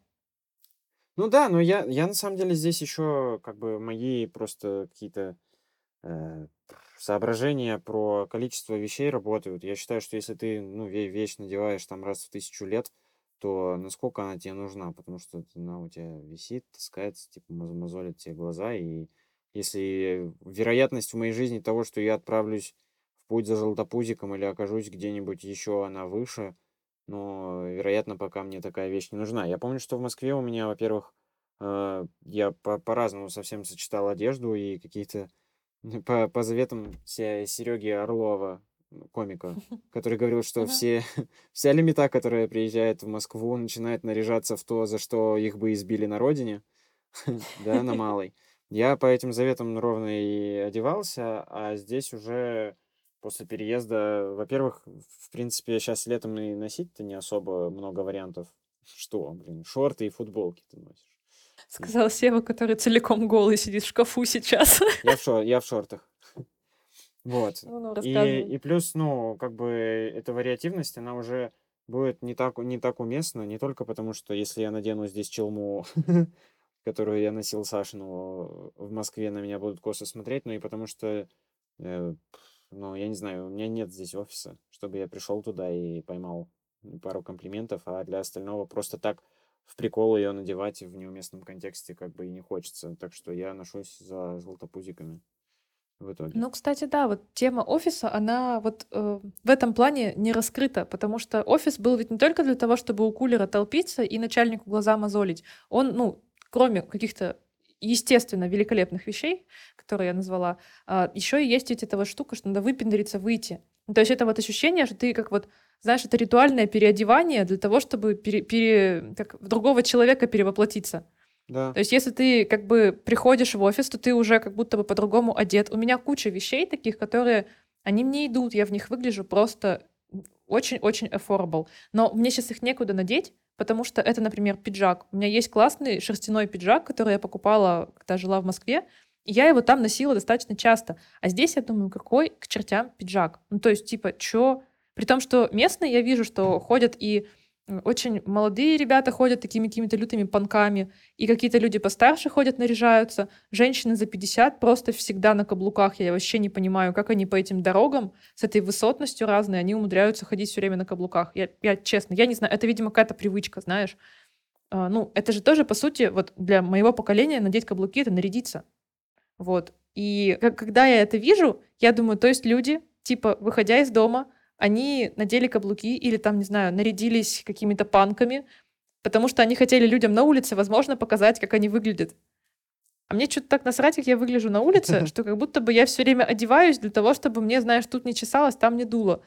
Ну да, но я, я на самом деле здесь еще как бы мои просто какие-то э, соображения про количество вещей работают. Я считаю, что если ты, ну, ве- вещь надеваешь там раз в тысячу лет, то насколько она тебе нужна, потому что она у тебя висит, таскается, типа маз- мозолит тебе глаза, и если вероятность в моей жизни того, что я отправлюсь в путь за желтопузиком или окажусь где-нибудь еще, она выше, но, вероятно, пока мне такая вещь не нужна. Я помню, что в Москве у меня, во-первых, э, я по- по-разному совсем сочетал одежду и какие-то по, по заветам Се- Сереги Орлова, м, комика, который говорил, что Мгм. все, вся лимита, которая приезжает в Москву, начинает наряжаться в то, за что их бы избили на родине, да, на малой. Я по этим заветам ровно и одевался, а здесь уже после переезда, во-первых, в принципе, сейчас летом и носить-то не особо много вариантов. Что, блин, шорты и футболки ты носишь. И Сказал Сева, который целиком голый сидит в шкафу сейчас. Я в, шо- я в шортах. Вот. Ну-ну, И, рассказывай. и плюс, ну, как бы эта вариативность, она уже будет не так, не так уместна, не только потому, что если я надену здесь челму, которую я носил Сашину в Москве, на меня будут косо смотреть, но и потому что, э, ну, я не знаю, у меня нет здесь офиса, чтобы я пришел туда и поймал пару комплиментов, а для остального просто так в прикол ее надевать в неуместном контексте как бы и не хочется. Так что я ношусь за золотопузиками в итоге. Ну, кстати, да, вот тема офиса, она вот э, в этом плане не раскрыта, потому что офис был ведь не только для того, чтобы у кулера толпиться и начальнику глаза мозолить. Он, ну, кроме каких-то, естественно, великолепных вещей, которые я назвала, еще и есть ведь эта вот штука, что надо выпендриться, выйти. Ну, то есть это вот ощущение, что ты как вот, знаешь, это ритуальное переодевание для того, чтобы пере, пере- как в другого человека перевоплотиться. Да. То есть, если ты как бы приходишь в офис, то ты уже как будто бы по-другому одет. У меня куча вещей таких, которые, они мне идут, я в них выгляжу просто очень-очень affordable. Но мне сейчас их некуда надеть, потому что это, например, пиджак. У меня есть классный шерстяной пиджак, который я покупала, когда жила в Москве, и я его там носила достаточно часто. А здесь я думаю, какой к чертям пиджак? Ну, то есть, типа, чё? При том, что местные, я вижу, что ходят и м, очень молодые ребята ходят такими какими-то лютыми панками, и какие-то люди постарше ходят, наряжаются. Женщины за пятьдесят просто всегда на каблуках. Я вообще не понимаю, как они по этим дорогам с этой высотностью разной, они умудряются ходить все время на каблуках. Я, я честно, я не знаю, это, видимо, какая-то привычка, знаешь. А, ну, это же тоже, по сути, вот для моего поколения надеть каблуки — это нарядиться. Вот. И как- когда я это вижу, я думаю, то есть люди, типа, выходя из дома, они надели каблуки или там, не знаю, нарядились какими-то панками, потому что они хотели людям на улице, возможно, показать, как они выглядят. А мне что-то так насрать, как я выгляжу на улице, что как будто бы я все время одеваюсь для того, чтобы мне, знаешь, тут не чесалось, там не дуло.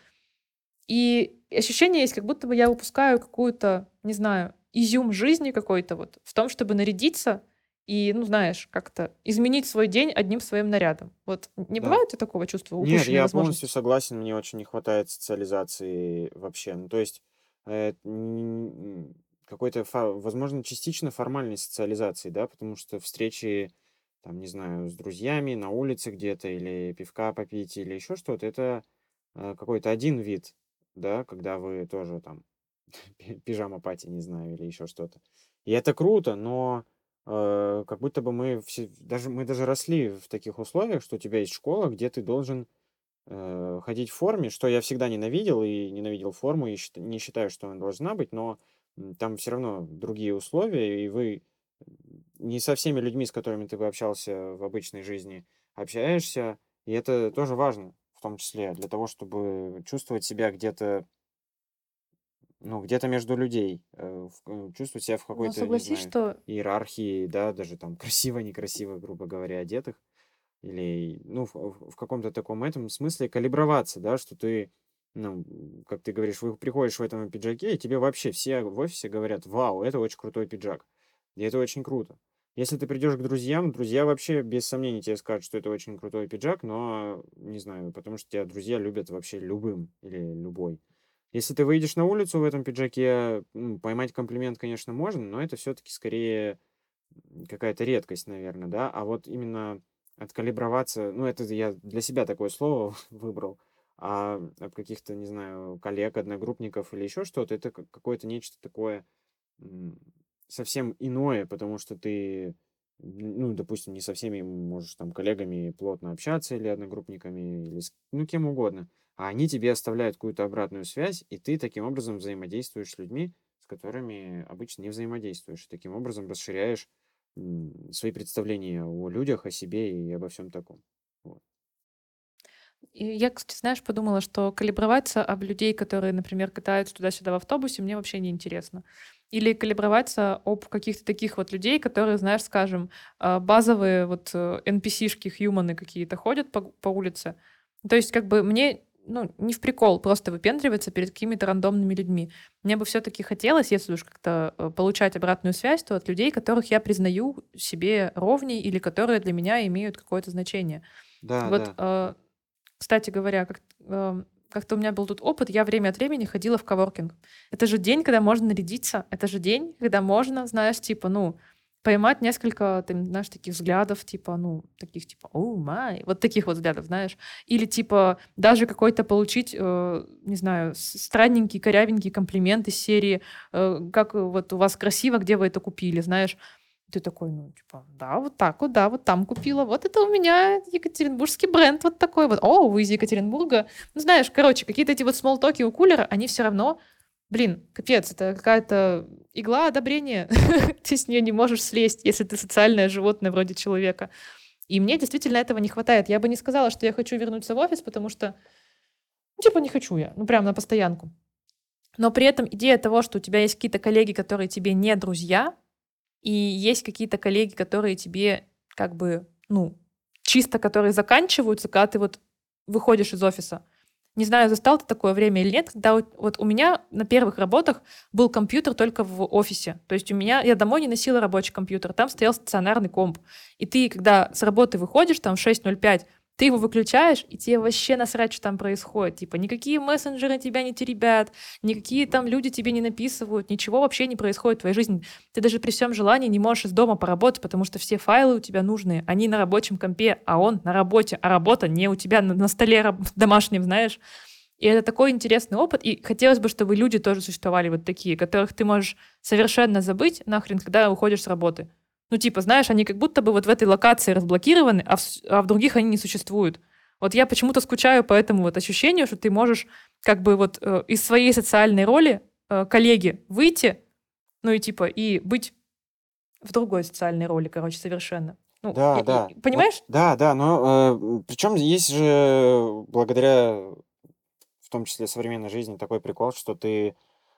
И ощущение есть, как будто бы я упускаю какую-то, не знаю, изюм жизни какой-то вот в том, чтобы нарядиться и, ну, знаешь, как-то изменить свой день одним своим нарядом. Вот не Да. бывает у тебя такого чувства Нет, упущенной я полностью возможности? согласен, мне очень не хватает социализации вообще. Ну, то есть э, м, какой-то, фа- возможно, частично формальной социализации, да, потому что встречи, там, не знаю, с друзьями на улице где-то или пивка попить или еще что-то, это э, какой-то один вид, да, когда вы тоже там пи- пижама-пати, не знаю, или еще что-то. И это круто, но э, как будто бы мы все, даже мы даже росли в таких условиях, что у тебя есть школа, где ты должен э, ходить в форме, что я всегда ненавидел и ненавидел форму, и счит- не считаю, что она должна быть, но м, там все равно другие условия, и вы м, не со всеми людьми, с которыми ты бы общался в обычной жизни, общаешься, и это тоже важно, в том числе для того, чтобы чувствовать себя где-то, ну, где-то между людей, э, в- э, чувствовать себя в Но какой-то, не согласись, знаю, что иерархии, да, даже там красиво-некрасиво, грубо говоря, одетых. Или, ну, в в в каком-то таком этом смысле калиброваться, да, что ты, ну, м, как ты говоришь, вы приходишь в этом пиджаке, и тебе вообще все в офисе говорят: "Вау, это очень крутой пиджак". И это очень круто. Если ты придешь к друзьям, друзья вообще без сомнений тебе скажут, что это очень крутой пиджак, но, не знаю, потому что тебя друзья любят вообще любым или любой. Если ты выйдешь на улицу в этом пиджаке, м, поймать комплимент, конечно, можно, но это все-таки скорее м, какая-то редкость, наверное, да. А вот именно откалиброваться, ну, это я для себя такое слово выбрал, а об каких-то, не знаю, коллег, одногруппников или еще что-то, это как- какое-то нечто такое м, совсем иное, потому что ты, м, ну, допустим, не со всеми можешь там коллегами плотно общаться или одногруппниками, или с, ну, кем угодно, а они тебе оставляют какую-то обратную связь, и ты таким образом взаимодействуешь с людьми, с которыми обычно не взаимодействуешь. Таким образом расширяешь м, свои представления о людях, о себе и обо всем таком. Вот. и я, кстати, знаешь, подумала, что калиброваться об людей, которые, например, катаются туда-сюда в автобусе, мне вообще не интересно. Или калиброваться об каких-то таких вот людей, которые, знаешь, скажем, а, базовые вот э, эн пи си-шки, хьюманы какие-то ходят по, по улице. То есть как бы мне, ну, не в прикол просто выпендриваться перед какими-то рандомными людьми. Мне бы все-таки хотелось, если уж как-то э, получать обратную связь, то от людей, которых я признаю себе ровней или которые для меня имеют какое-то значение. Да, Вот да. э, кстати говоря, как, эм, как-то у меня был тут опыт, я время от времени ходила в коворкинг. Это же день, когда можно нарядиться, это же день, когда можно, знаешь, типа, ну, поймать несколько, там, знаешь, таких взглядов, типа, ну, таких, типа, о май, вот таких вот взглядов, знаешь. Или, типа, даже какой-то получить, э, не знаю, с- странненький, корявенький комплимент из серии, э, как вот у вас красиво, где вы это купили, знаешь. Ты такой, ну, типа, да, вот так вот, да, вот там купила. Вот это у меня екатеринбургский бренд вот такой вот. О, вы из Екатеринбурга. Ну, знаешь, короче, какие-то эти вот смолтоки у кулера, они все равно, блин, капец, это какая-то игла одобрения. Ты с нее не можешь слезть, если ты социальное животное вроде человека. И мне действительно этого не хватает. Я бы не сказала, что я хочу вернуться в офис, потому что, ну, типа, не хочу я. Ну, прям на постоянку. Но при этом идея того, что у тебя есть какие-то коллеги, которые тебе не друзья, и есть какие-то коллеги, которые тебе как бы, ну, чисто которые заканчиваются, когда ты вот выходишь из офиса. Не знаю, застал ты такое время или нет, когда вот, вот у меня на первых работах был компьютер только в офисе. То есть у меня, я домой не носила рабочий компьютер, там стоял стационарный комп. И ты, когда с работы выходишь, там в шесть ноль пять, ты его выключаешь, и тебе вообще насрать, что там происходит. Типа, никакие мессенджеры тебя не теребят, никакие там люди тебе не написывают, ничего вообще не происходит в твоей жизни. Ты даже при всем желании не можешь из дома поработать, потому что все файлы у тебя нужные, они на рабочем компе, а он на работе, а работа не у тебя на, на столе раб- домашнем, знаешь. И это такой интересный опыт, и хотелось бы, чтобы люди тоже существовали вот такие, которых ты можешь совершенно забыть нахрен, когда уходишь с работы. Ну, типа, знаешь, они как будто бы вот в этой локации разблокированы, а в, с- а в других они не существуют. Вот я почему-то скучаю по этому вот ощущению, что ты можешь как бы вот э, из своей социальной роли э, коллеги выйти, ну и типа, и быть в другой социальной роли, короче, совершенно. Ну, я- Да, да. и- Вот, понимаешь? да, да, но причем есть же благодаря, в том числе, современной жизни такой прикол, что ты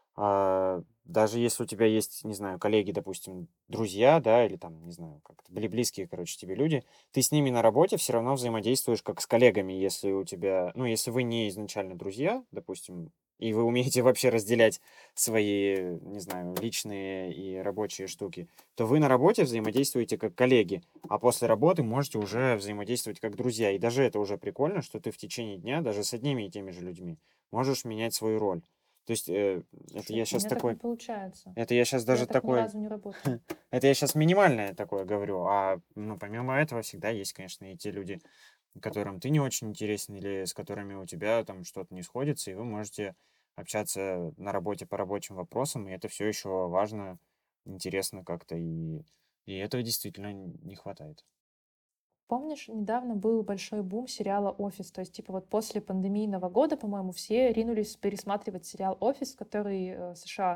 А, даже если у тебя есть, не знаю, коллеги, допустим, друзья, да, или там, не знаю, как-то бли- близкие, короче, тебе люди, ты с ними на работе все равно взаимодействуешь как с коллегами, если у тебя, ну, если вы не изначально друзья, допустим, и вы умеете вообще разделять свои, не знаю, личные и рабочие штуки, то вы на работе взаимодействуете как коллеги, а после работы можете уже взаимодействовать как друзья. И даже это уже прикольно, что ты в течение дня даже с одними и теми же людьми можешь менять свою роль. То есть, э, это Слушай, я у сейчас меня так не такой получается. это я сейчас Я даже так ни такой разу не работала. это я сейчас минимальное такое говорю, а, ну, помимо этого всегда есть, конечно, и те люди, которым ты не очень интересен или с которыми у тебя там что-то не сходится, и вы можете общаться на работе по рабочим вопросам, и это все еще важно, интересно как-то, и, и этого действительно не хватает. Помнишь, недавно был большой бум сериала «Офис». То есть, типа, вот после пандемийного года, по-моему, все ринулись пересматривать сериал «Офис», который э, с США.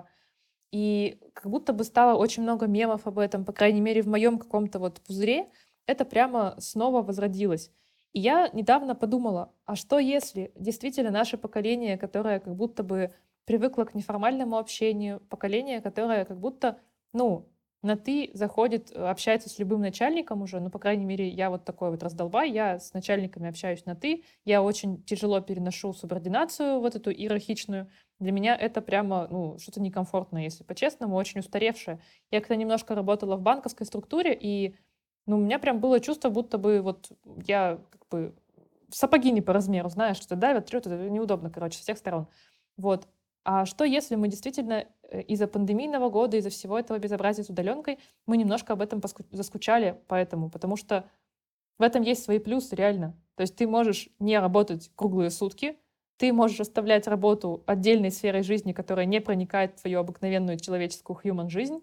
И как будто бы стало очень много мемов об этом, по крайней мере, в моем каком-то вот пузыре. Это прямо снова возродилось. И я недавно подумала, а что если действительно наше поколение, которое как будто бы привыкло к неформальному общению, поколение, которое как будто, ну, на «ты» заходит, э, общается с любым начальником уже, ну, по крайней мере, я вот такой вот раздолбай, я с начальниками общаюсь на «ты», я очень тяжело переношу субординацию вот эту иерархичную, для меня это прямо, ну, что-то некомфортное, если по-честному, очень устаревшее. Я когда немножко работала в банковской структуре, и, ну, у меня прям было чувство, будто бы вот я как бы сапоги не по размеру, знаешь, что давят, трёт, это неудобно, короче, с всех сторон. Вот. А что, если мы действительно э, из-за пандемийного года, из-за всего этого безобразия с удаленкой, мы немножко об этом поску- заскучали поэтому, потому что в этом есть свои плюсы, реально. То есть ты можешь не работать круглые сутки, ты можешь оставлять работу отдельной сферой жизни, которая не проникает в твою обыкновенную человеческую human жизнь,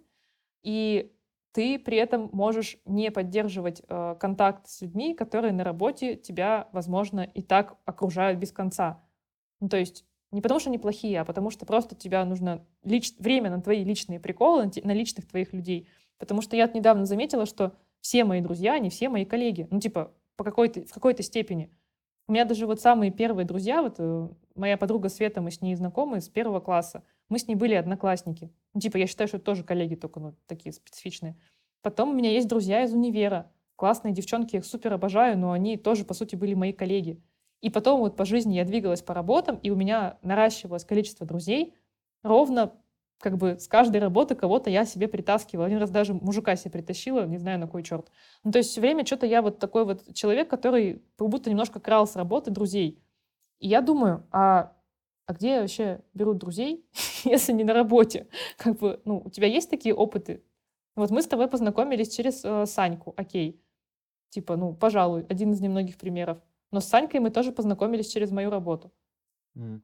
и ты при этом можешь не поддерживать э, контакт с людьми, которые на работе тебя, возможно, и так окружают без конца. Ну, то есть не потому, что они плохие, а потому что просто тебе нужно лич- время на твои личные приколы, на, те- на личных твоих людей. Потому что я недавно заметила, что все мои друзья, они все мои коллеги. Ну, типа, по какой-то, в какой-то степени. У меня даже вот самые первые друзья, вот э, моя подруга Света, мы с ней знакомы с первого класса. Мы с ней были одноклассники. Ну, типа, я считаю, что это тоже коллеги, только ну, такие специфичные. Потом у меня есть друзья из универа. Классные девчонки, я их супер обожаю, но они тоже, по сути, были мои коллеги. И потом вот по жизни я двигалась по работам, и у меня наращивалось количество друзей. Ровно как бы с каждой работы кого-то я себе притаскивала. Один раз даже мужика себе притащила, не знаю на кой черт. Ну, то есть все время что-то я вот такой вот человек, который как будто немножко крал с работы друзей. И я думаю, а, а где вообще берут друзей, если не на работе? Как бы, ну, у тебя есть такие опыты? Вот мы с тобой познакомились через э, Саньку, окей. Типа, ну, пожалуй, один из немногих примеров. Но с Санькой мы тоже познакомились через мою работу. М.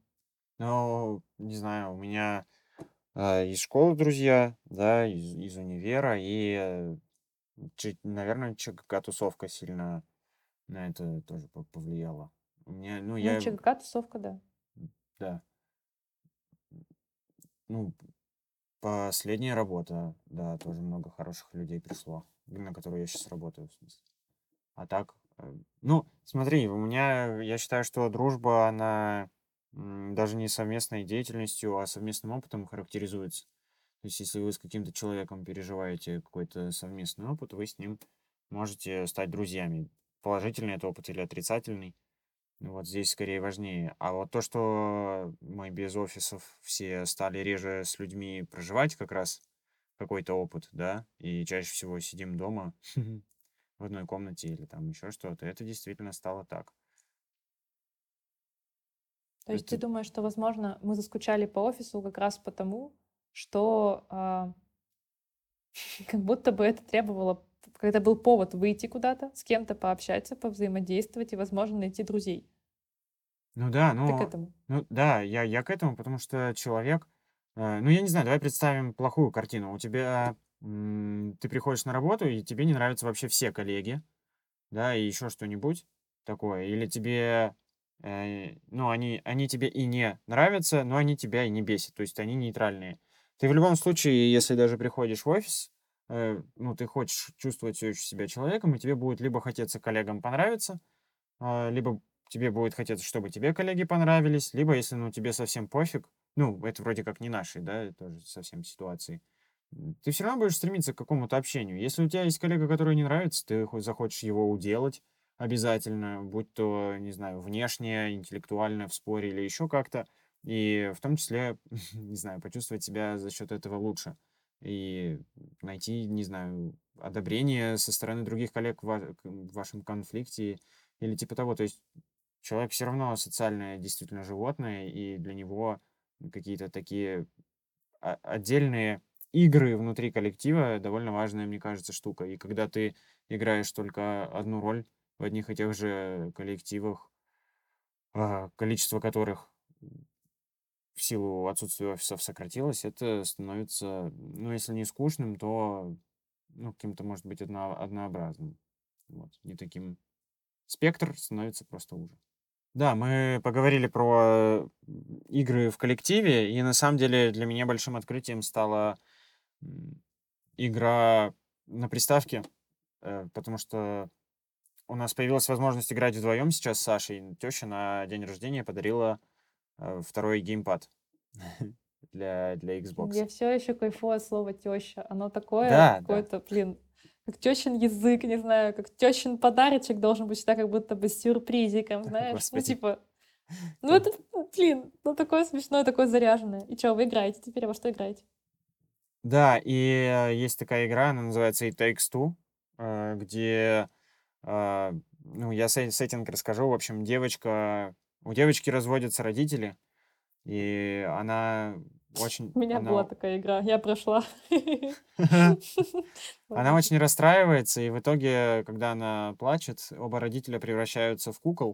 Ну, не знаю, у меня а, из школы друзья, да, из, из универа, и, э, чуть, наверное, ЧГК-тусовка сильно на это тоже по- повлияла. У меня, ну, Ну, я, ЧГК, тусовка, да. да, ну, последняя работа, да, тоже много хороших людей пришло, на которую я сейчас работаю, в смысле. А так, э, ну, смотри, у меня, я считаю, что дружба, она м, даже не совместной деятельностью, а совместным опытом характеризуется. То есть, если вы с каким-то человеком переживаете какой-то совместный опыт, вы с ним можете стать друзьями. Положительный это опыт или отрицательный. Ну, вот здесь скорее важнее. А вот то, что мы без офисов все стали реже с людьми проживать как раз какой-то опыт, да, и чаще всего сидим дома в одной комнате или там еще что-то, это действительно стало так. То есть ты Это, думаешь, что, возможно, мы заскучали по офису как раз потому, что а, как будто бы это требовало, когда был повод выйти куда-то, с кем-то пообщаться, повзаимодействовать и, возможно, найти друзей. ну да, Ты к ну, этому? ну да, я, я к этому, потому что человек, э, ну я не знаю, давай представим плохую картину. У тебя, м, ты приходишь на работу, и тебе не нравятся вообще все коллеги, да, и еще что-нибудь такое. Или тебе, э, ну, они, они тебе и не нравятся, но они тебя и не бесят, то есть они нейтральные. Ты в любом случае, если даже приходишь в офис, э, ну, ты хочешь чувствовать все еще себя человеком, и тебе будет либо хотеться коллегам понравиться, а, либо тебе будет хотеться, чтобы тебе коллеги понравились, либо если, ну, тебе совсем пофиг, ну, это вроде как не наши, да, тоже совсем ситуации, м, ты все равно будешь стремиться к какому-то общению. Если у тебя есть коллега, который не нравится, ты хоть захочешь его уделать обязательно, будь то, не знаю, внешне, интеллектуально, в споре или еще как-то, и в том числе, не знаю, почувствовать себя за счет этого лучше и найти, не знаю, одобрение со стороны других коллег в ва- к- в вашем конфликте или типа того. То есть человек все равно социальное действительно животное, и для него какие-то такие о- отдельные игры внутри коллектива довольно важная, мне кажется, штука. И когда ты играешь только одну роль в одних и тех же коллективах, а, количество которых в силу отсутствия офисов сократилось, это становится, ну, если не скучным, то, ну, каким-то, может быть, одно- однообразным. Вот, не таким. Спектр становится просто уже. Да, мы поговорили про м, игры в коллективе, и на самом деле для меня большим открытием стала м, игра на приставке, э, потому что у нас появилась возможность играть вдвоем сейчас с Сашей. Теща на день рождения подарила э, второй геймпад для, для Блин, Xbox. я все еще кайфую от слова теща. Оно такое Да, да, какое-то, блин, как тещин язык, не знаю, как тещин подарочек должен быть всегда как будто бы с сюрпризиком, знаешь? Ну, господи. типа, ну Кон- это, ну, блин, ну такое смешное, такое заряженное. И что, вы играете теперь, а во что играете? Да, и э, есть такая игра, она называется It Takes Two, э, где А, ну, я сет сеттинг расскажу. В общем, девочка у девочки разводятся родители, и она очень У меня была она такая игра, я прошла. она Ладно, очень шучу. расстраивается, и в итоге, когда она плачет, оба родителя превращаются в кукол,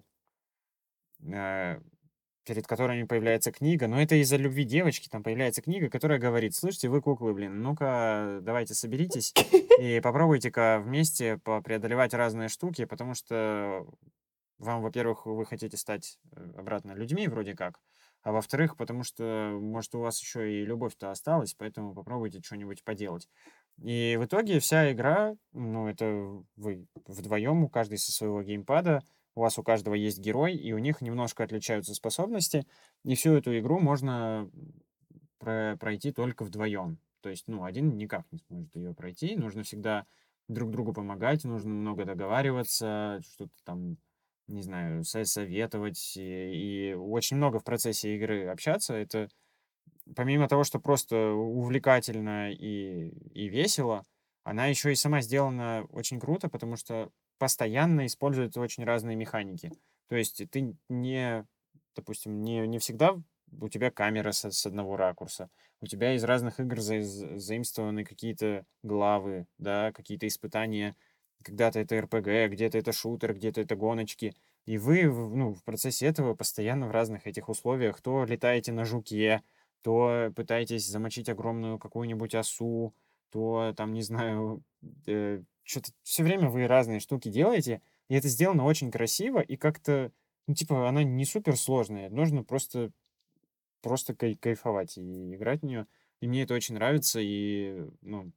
э, перед которыми появляется книга. Но это из-за любви девочки. Там появляется книга, которая говорит: "Слышите, вы куклы, блин, ну-ка, давайте соберитесь и попробуйте-ка вместе по преодолевать разные штуки, потому что вам, во-первых, вы хотите стать э, обратно людьми вроде как, а во-вторых, потому что, может, у вас еще и любовь-то осталась, поэтому попробуйте что-нибудь поделать". И в итоге вся игра, ну, это вы вдвоем, у каждой со своего геймпада, у вас у каждого есть герой, и у них немножко отличаются способности, и всю эту игру можно про- пройти только вдвоем. То есть, ну, один никак не сможет ее пройти, нужно всегда друг другу помогать, нужно много договариваться, что-то там, не знаю, со- советовать, и, и очень много в процессе игры общаться. Это помимо того, что просто увлекательно и, и весело, она еще и сама сделана очень круто, потому что постоянно использует очень разные механики. То есть ты не, допустим, не, не всегда у тебя камера с, с одного ракурса. У тебя из разных игр за- за- заимствованы какие-то главы, да, какие-то испытания. Когда-то это эр пэ гэ, где-то это шутер, где-то это гоночки. И вы, в- ну, в процессе этого постоянно в разных этих условиях то летаете на жуке, то пытаетесь замочить огромную какую-нибудь осу, то там, не знаю, что-то все время вы разные штуки делаете, и это сделано очень красиво, и как-то, ну, типа, она не супер сложная, нужно просто, просто кай- кайфовать и играть в нее. И мне это очень нравится, и, ну,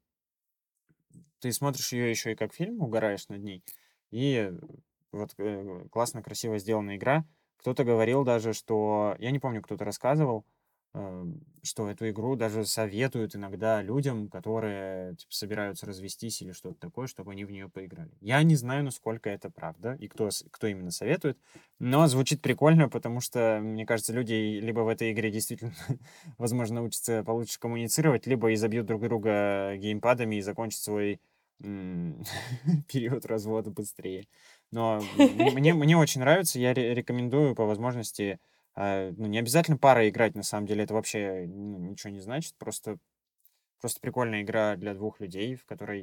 ты смотришь ее еще и как фильм, угораешь над ней, и вот э, классно, красиво сделана игра. Кто-то говорил даже, что, я не помню, кто-то рассказывал, э, что эту игру даже советуют иногда людям, которые типа, собираются развестись или что-то такое, чтобы они в нее поиграли. Я не знаю, насколько это правда и кто, с- кто именно советует, но звучит прикольно, потому что, мне кажется, люди либо в этой игре действительно, возможно, учатся получше коммуницировать, либо изобьют друг друга геймпадами и закончат свой м, период развода быстрее. Но мне, мне, мне очень нравится, я ре- рекомендую по возможности, а, ну, не обязательно парой играть, на самом деле, это вообще ну, ничего не значит, просто, просто прикольная игра для двух людей, в которой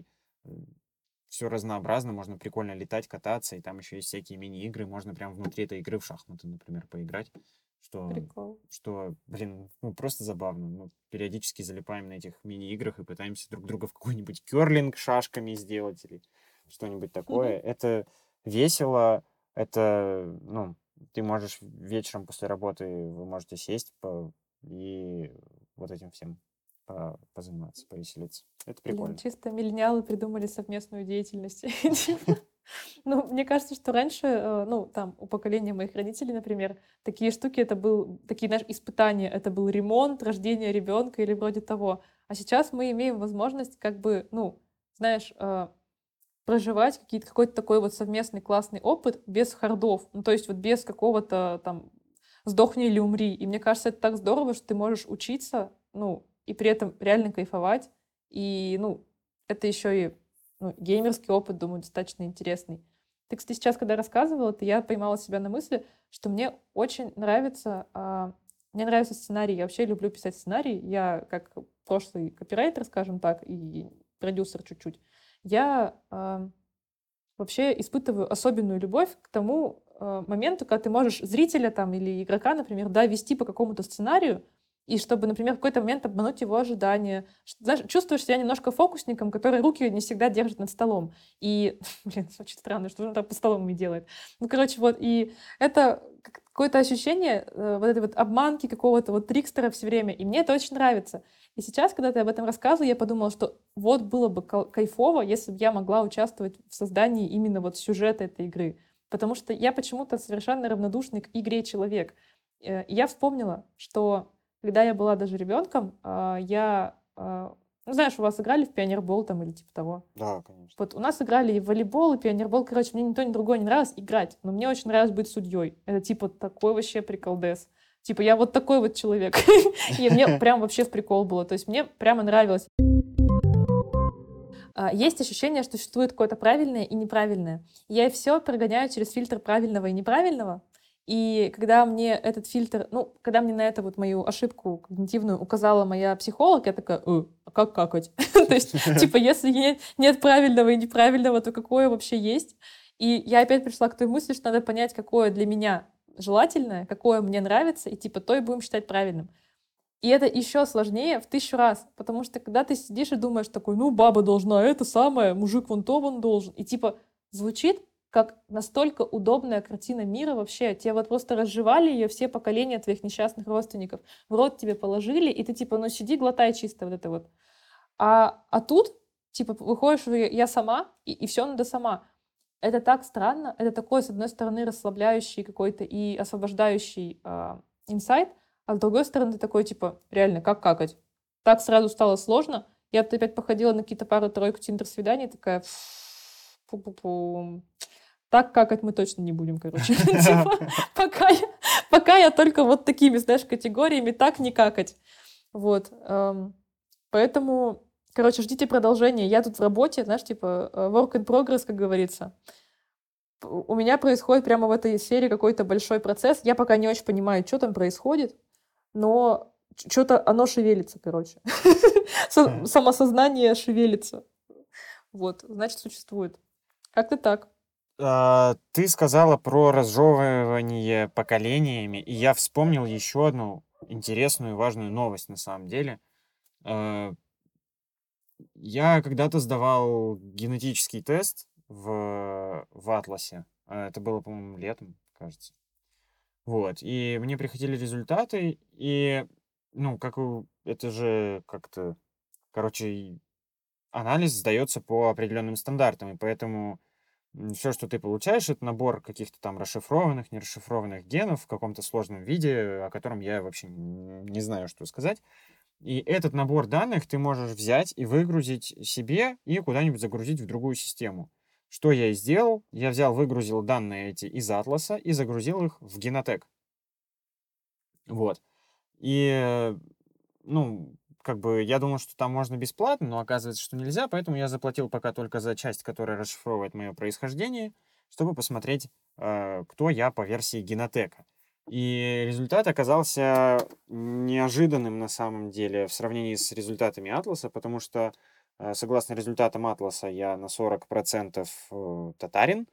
все разнообразно, можно прикольно летать, кататься, и там еще есть всякие мини-игры, можно прям внутри этой игры в шахматы, например, поиграть, что, Прикол. что, блин, ну, просто забавно. Мы периодически залипаем на этих мини-играх и пытаемся друг друга в какой-нибудь керлинг шашками сделать или что-нибудь такое. Это весело, это, ну, ты можешь вечером после работы, вы можете сесть по- и вот этим всем по- позаниматься, повеселиться. Это Блин, прикольно. чисто миллениалы придумали совместную деятельность. Типа, ну, мне кажется, что раньше, э, ну, там, у поколения моих родителей, например, такие штуки, это был, такие, знаешь, испытания, это был ремонт, рождение ребенка или вроде того. А сейчас мы имеем возможность, как бы, ну, знаешь, э, проживать какие-то, какой-то такой вот совместный классный опыт без хардов, ну, то есть вот без какого-то там «сдохни или умри». И мне кажется, это так здорово, что ты можешь учиться, ну, и при этом реально кайфовать. И, ну, это еще и ну, геймерский опыт, думаю, достаточно интересный. Ты, кстати, сейчас, когда рассказывала, то я поймала себя на мысли, что мне очень нравится, а, мне нравится сценарий. Я вообще люблю писать сценарий. Я как прошлый копирайтер, скажем так, и продюсер чуть-чуть. Я а, вообще испытываю особенную любовь к тому э, моменту, когда ты можешь зрителя там или игрока, например, да, вести по какому-то сценарию, и чтобы, например, в какой-то момент обмануть его ожидания. Ш- Знаешь, чувствуешь себя немножко фокусником, который руки не всегда держит над столом. И, блин, очень странно, что он так по столом и делает. Ну, короче, вот, и это как- какое-то ощущение э, вот этой вот обманки какого-то вот трикстера все время, и мне это очень нравится. И сейчас, когда ты об этом рассказывал, я подумала, что вот было бы кал- кайфово, если бы я могла участвовать в создании именно вот сюжета этой игры. Потому что я почему-то совершенно равнодушный к игре человек. Э, и я вспомнила, что когда я была даже ребенком, а, я... а, Ну, знаешь, у вас играли в пионербол там или типа того? Да, конечно. Вот у нас играли и в волейбол, и пионербол. Короче, мне ни то, ни другое не нравилось играть, но мне очень нравилось быть судьей. Это типа такой вообще приколдес. Типа я вот такой вот человек. И мне прям вообще в прикол было. То есть мне прямо нравилось. А, Есть ощущение, что существует какое-то правильное и неправильное. Я все прогоняю через фильтр правильного и неправильного. И когда мне этот фильтр, ну, когда мне на это вот мою ошибку когнитивную указала моя психолог, я такая, «Э, а как какать?» То есть, типа, если не- нет правильного и неправильного, то какое вообще есть? И я опять пришла к той мысли, что надо понять, какое для меня желательное, какое мне нравится, и типа то и будем считать правильным. И это еще сложнее в тысячу раз, потому что когда ты сидишь и думаешь такой, ну, баба должна это самое, мужик вон то вон должен. И типа звучит как настолько удобная картина мира вообще. Тебе вот просто разжевали ее все поколения твоих несчастных родственников. В рот тебе положили, и ты типа, ну, сиди, глотай чисто вот это вот. А, а тут, типа, выходишь, вы- я сама, и, и все надо сама. Это так странно. Это такой, с одной стороны, расслабляющий какой-то и освобождающий а, инсайт, а с другой стороны, ты такой, типа, реально, как какать? Так сразу стало сложно. Я тут опять походила на какие-то пару-тройку тиндер-свиданий, такая, пу-пу-пу. Так какать мы точно не будем, короче. Типа, пока я, пока я только вот такими, знаешь, категориями так не какать. Вот. эм, Поэтому, короче, ждите продолжения. Я тут в работе, знаешь, типа, э, work in progress, как говорится. П- У меня происходит прямо в этой сфере какой-то большой процесс. Я пока не очень понимаю, что там происходит, но что-то оно шевелится, короче. Со- Самосознание шевелится. Вот, значит, существует. Как-то так. А, Ты сказала про разжевывание поколениями, и я вспомнил еще одну интересную и важную новость на самом деле. А, Я когда-то сдавал генетический тест в, в Атласе. А, Это было, по-моему, летом, кажется. Вот. И мне приходили результаты, и, ну, как у... это же как-то, короче, и анализ сдается по определенным стандартам, и поэтому все, что ты получаешь, это набор каких-то там расшифрованных, нерасшифрованных генов в каком-то сложном виде, о котором я вообще н- не знаю, что сказать. И этот набор данных ты можешь взять и выгрузить себе и куда-нибудь загрузить в другую систему. Что я и сделал. Я взял, выгрузил данные эти из Атласа и загрузил их в Генотек. Вот. И, э, ну, как бы я думал, что там можно бесплатно, но оказывается, что нельзя, поэтому я заплатил пока только за часть, которая расшифровывает мое происхождение, чтобы посмотреть, э, кто я по версии Генотека. И результат оказался неожиданным на самом деле в сравнении с результатами Атласа, потому что, э, согласно результатам Атласа, я на сорок процентов э, татарин,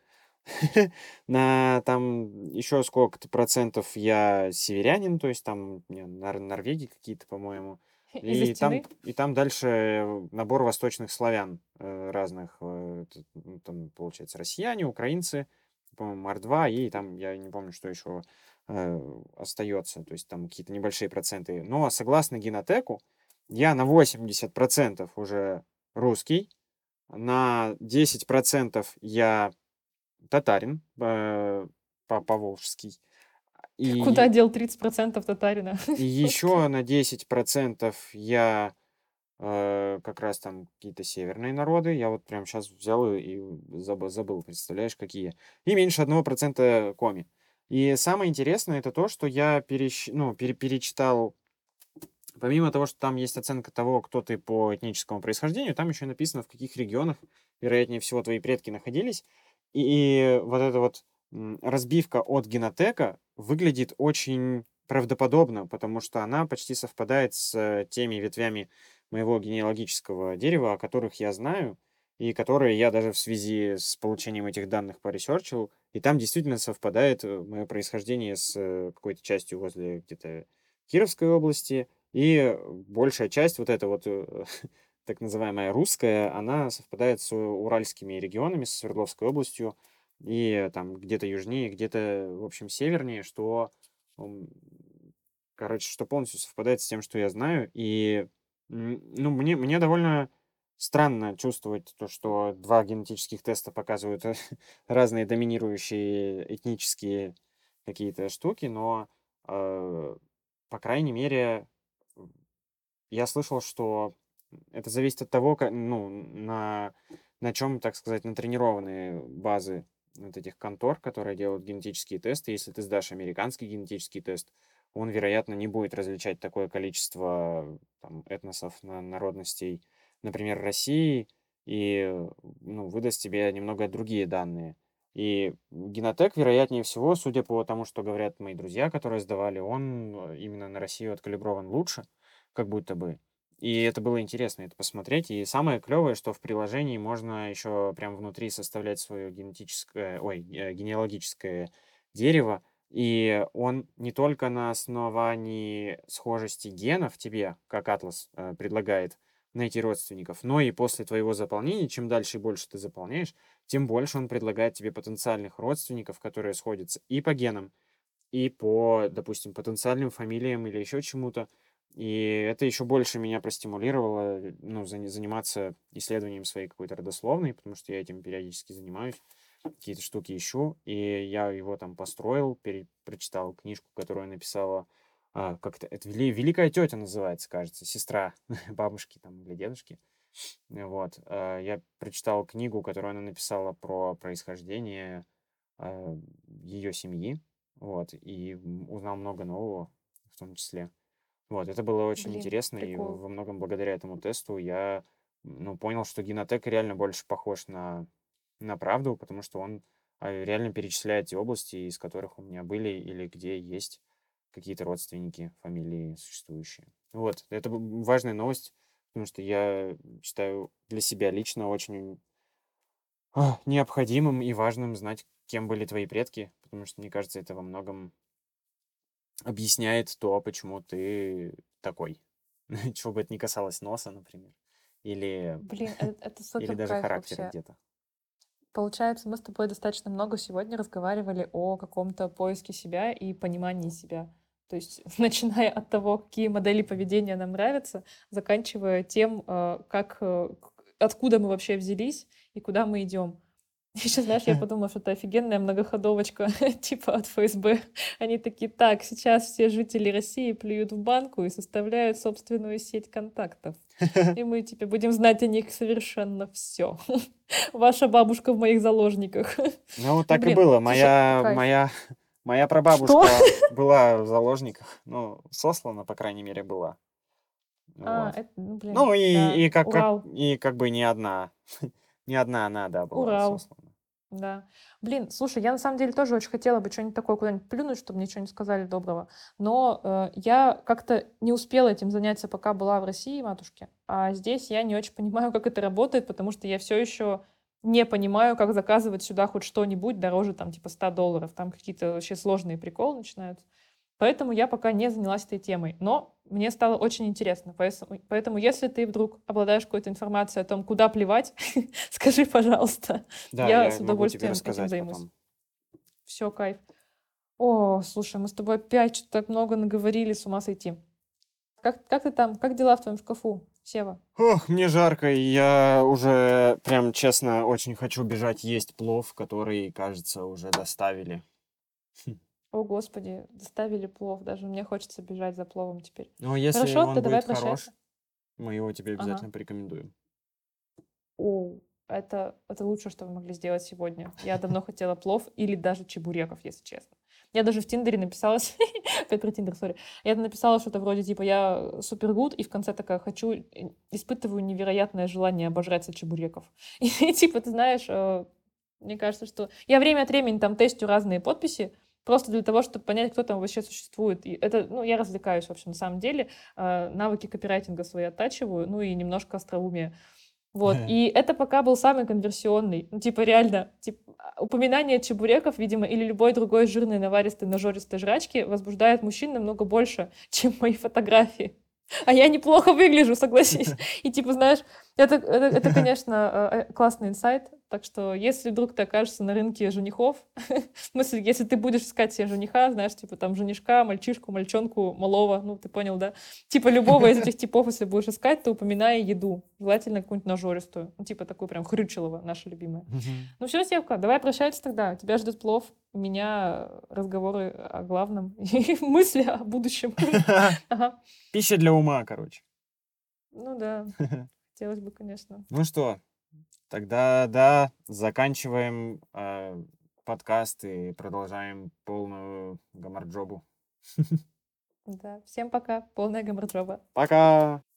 на там еще сколько-то процентов я северянин, то есть там у меня Нор- Норвегии какие-то, по-моему. Из-за И там, стены. и там дальше э, набор восточных славян э, разных. э, т- ну, Там, получается, россияне, украинцы, по-моему, мордва, и там, я не помню, что еще э, остается. То есть там какие-то небольшие проценты. Но согласно генотеку, я на восемьдесят процентов уже русский, на десять процентов я татарин, э, по поволжский. Куда И, дел тридцать процентов татарина? и Просто. еще на десять процентов я э, как раз там какие-то северные народы. Я вот прям сейчас взял и и забыл, забыл, представляешь, какие. И меньше одного процента коми. И самое интересное это то, что я перещ... ну, пере- перечитал, помимо того, что там есть оценка того, кто ты по этническому происхождению, там еще написано, в каких регионах, вероятнее всего, твои предки находились. И вот эта вот м, разбивка от генотека выглядит очень правдоподобно, потому что она почти совпадает с э, теми ветвями моего генеалогического дерева, о которых я знаю. и которые я даже в связи с получением этих данных поресерчил, и там действительно совпадает мое происхождение с э, какой-то частью возле где-то Кировской области, и большая часть, вот эта вот э, так называемая русская, она совпадает с уральскими регионами, с Свердловской областью, и там где-то южнее, где-то, в общем, севернее, что, м, короче, что полностью совпадает с тем, что я знаю. И, м, ну, мне, мне довольно странно чувствовать то, что два генетических теста показывают разные доминирующие этнические какие-то штуки, но, э, по крайней мере, м, я слышал, что это зависит от того, ка- ну, на, на чем, так сказать, натренированы базы вот этих контор, которые делают генетические тесты. Если ты сдашь американский генетический тест, он, вероятно, не будет различать такое количество там, этносов, на- народностей, например, России, и ну, выдаст тебе немного другие данные. И Генотек, вероятнее всего, судя по тому, что говорят мои друзья, которые сдавали, он э, именно на Россию откалиброван лучше, как будто бы. И это было интересно это посмотреть. И самое клевое, что в приложении можно еще прям внутри составлять свое генетическое, ой, э, генеалогическое дерево. И он не только на основании схожести генов тебе, как Атлас э, предлагает, найти родственников, но и после твоего заполнения, чем дальше и больше ты заполняешь, тем больше он предлагает тебе потенциальных родственников, которые сходятся и по генам, и по, допустим, потенциальным фамилиям или еще чему-то. И это еще больше меня простимулировало, э, ну, зани- заниматься исследованием своей какой-то родословной, потому что я этим периодически занимаюсь, какие-то штуки ищу, и я его там построил, пере- прочитал книжку, которую написала, а, как-то, это Вели- Великая тетя называется, кажется, сестра бабушки там или дедушки. Э, Вот. а, Я прочитал книгу, которую она написала про происхождение ее семьи, вот, и м, узнал много нового в том числе. Вот, это было очень Блин, интересно, и прикол. во многом благодаря этому тесту я, ну, понял, что Генотек реально больше похож на, на правду, потому что он а, реально перечисляет те области, из которых у меня были или где есть какие-то родственники, фамилии существующие. Вот, это б- важная новость, потому что я считаю для себя лично очень а, необходимым и важным знать, кем были твои предки, потому что, мне кажется, это во многом объясняет то, почему ты такой. Чего бы это ни касалось носа, например, или, Блин, это, это или супер даже кайф характера вообще. где-то. Получается, мы с тобой достаточно много сегодня разговаривали о каком-то поиске себя и понимании себя. То есть, начиная от того, какие модели поведения нам нравятся, заканчивая тем, э, как, э, к- откуда мы вообще взялись и куда мы идем. Еще, знаешь, я подумала, что это офигенная многоходовочка типа от эф эс бэ. Они такие: так, сейчас все жители России плюют в банку и составляют собственную сеть контактов. И мы теперь будем знать о них совершенно все. Ваша бабушка в моих заложниках. Ну, Ну, так и блин, было. слушай, Моя, кайф. моя, моя Что? прабабушка была в заложниках. Ну, сослана, по крайней мере, была. А, Вот. это, ну, блин, Ну, и, да, и как, как, Урал. и как бы не одна. Не одна она, да, была Урал. сослана. Да. Блин, слушай, я на самом деле тоже очень хотела бы что-нибудь такое куда-нибудь плюнуть, чтобы ничего не сказали доброго. Но э, я как-то не успела этим заняться, пока была в России, матушке. А здесь я не очень понимаю, как это работает, потому что я все еще не понимаю, как заказывать сюда хоть что-нибудь дороже, там, типа ста долларов. Там какие-то вообще сложные приколы начинаются. Поэтому я пока не занялась этой темой. Но мне стало очень интересно. Поэтому, поэтому если ты вдруг обладаешь какой-то информацией о том, куда плевать, скажи, пожалуйста. Да, Я с я могу тебе удовольствием этим рассказать займусь. потом. Все, кайф. О, слушай, мы с тобой опять что-то так много наговорили, с ума сойти. Как, как ты там? Как дела в твоем шкафу, Сева? Ох, мне жарко, и я уже, прям честно, очень хочу бежать есть плов, который, кажется, уже доставили. О, Господи, доставили плов. Даже мне хочется бежать за пловом теперь. Но если Хорошо, ты он давай будет хорош, прощаться. мы его тебе Ага. обязательно порекомендуем. О, это, это лучшее, что вы могли сделать сегодня. Я давно хотела плов или даже чебуреков, если честно. Я даже в Тиндере написала, опять про Тиндер, сори. Я написала что-то вроде типа я супергуд, и в конце такая хочу, э, испытываю невероятное желание обожраться чебуреков. И типа, ты знаешь, э, мне кажется, что я время от времени там тестю разные подписи, просто для того, чтобы понять, кто там вообще существует. И это, ну, я развлекаюсь, в общем, на самом деле. Э, Навыки копирайтинга свои оттачиваю, ну и немножко остроумия. Вот, и это пока был самый конверсионный. Ну, типа, реально, типа, а, упоминание чебуреков, видимо, или любой другой жирной, наваристой, нажористой жрачки возбуждает мужчин намного больше, чем мои фотографии. А я неплохо выгляжу, согласись. И типа, знаешь, это, это, это, конечно, э, э, классный инсайт. Так что, если вдруг ты окажешься на рынке женихов, в смысле, если ты будешь искать себе жениха, знаешь, типа там женишка, мальчишку, мальчонку, малого, ну, ты понял, да? Типа любого из этих типов, если будешь искать, то упоминай еду. Желательно какую-нибудь нажористую. Ну, типа такую прям хрючелово, наша любимая. Ну все, Севка, давай прощаться тогда. Тебя ждет плов, меня разговоры о главном и мысли о будущем. Ага. Пища для ума, короче. Ну да, хотелось бы, конечно. Ну что, тогда, да, заканчиваем э, подкаст и продолжаем полную гамарджобу. Да, всем пока. Полная гамарджоба. Пока!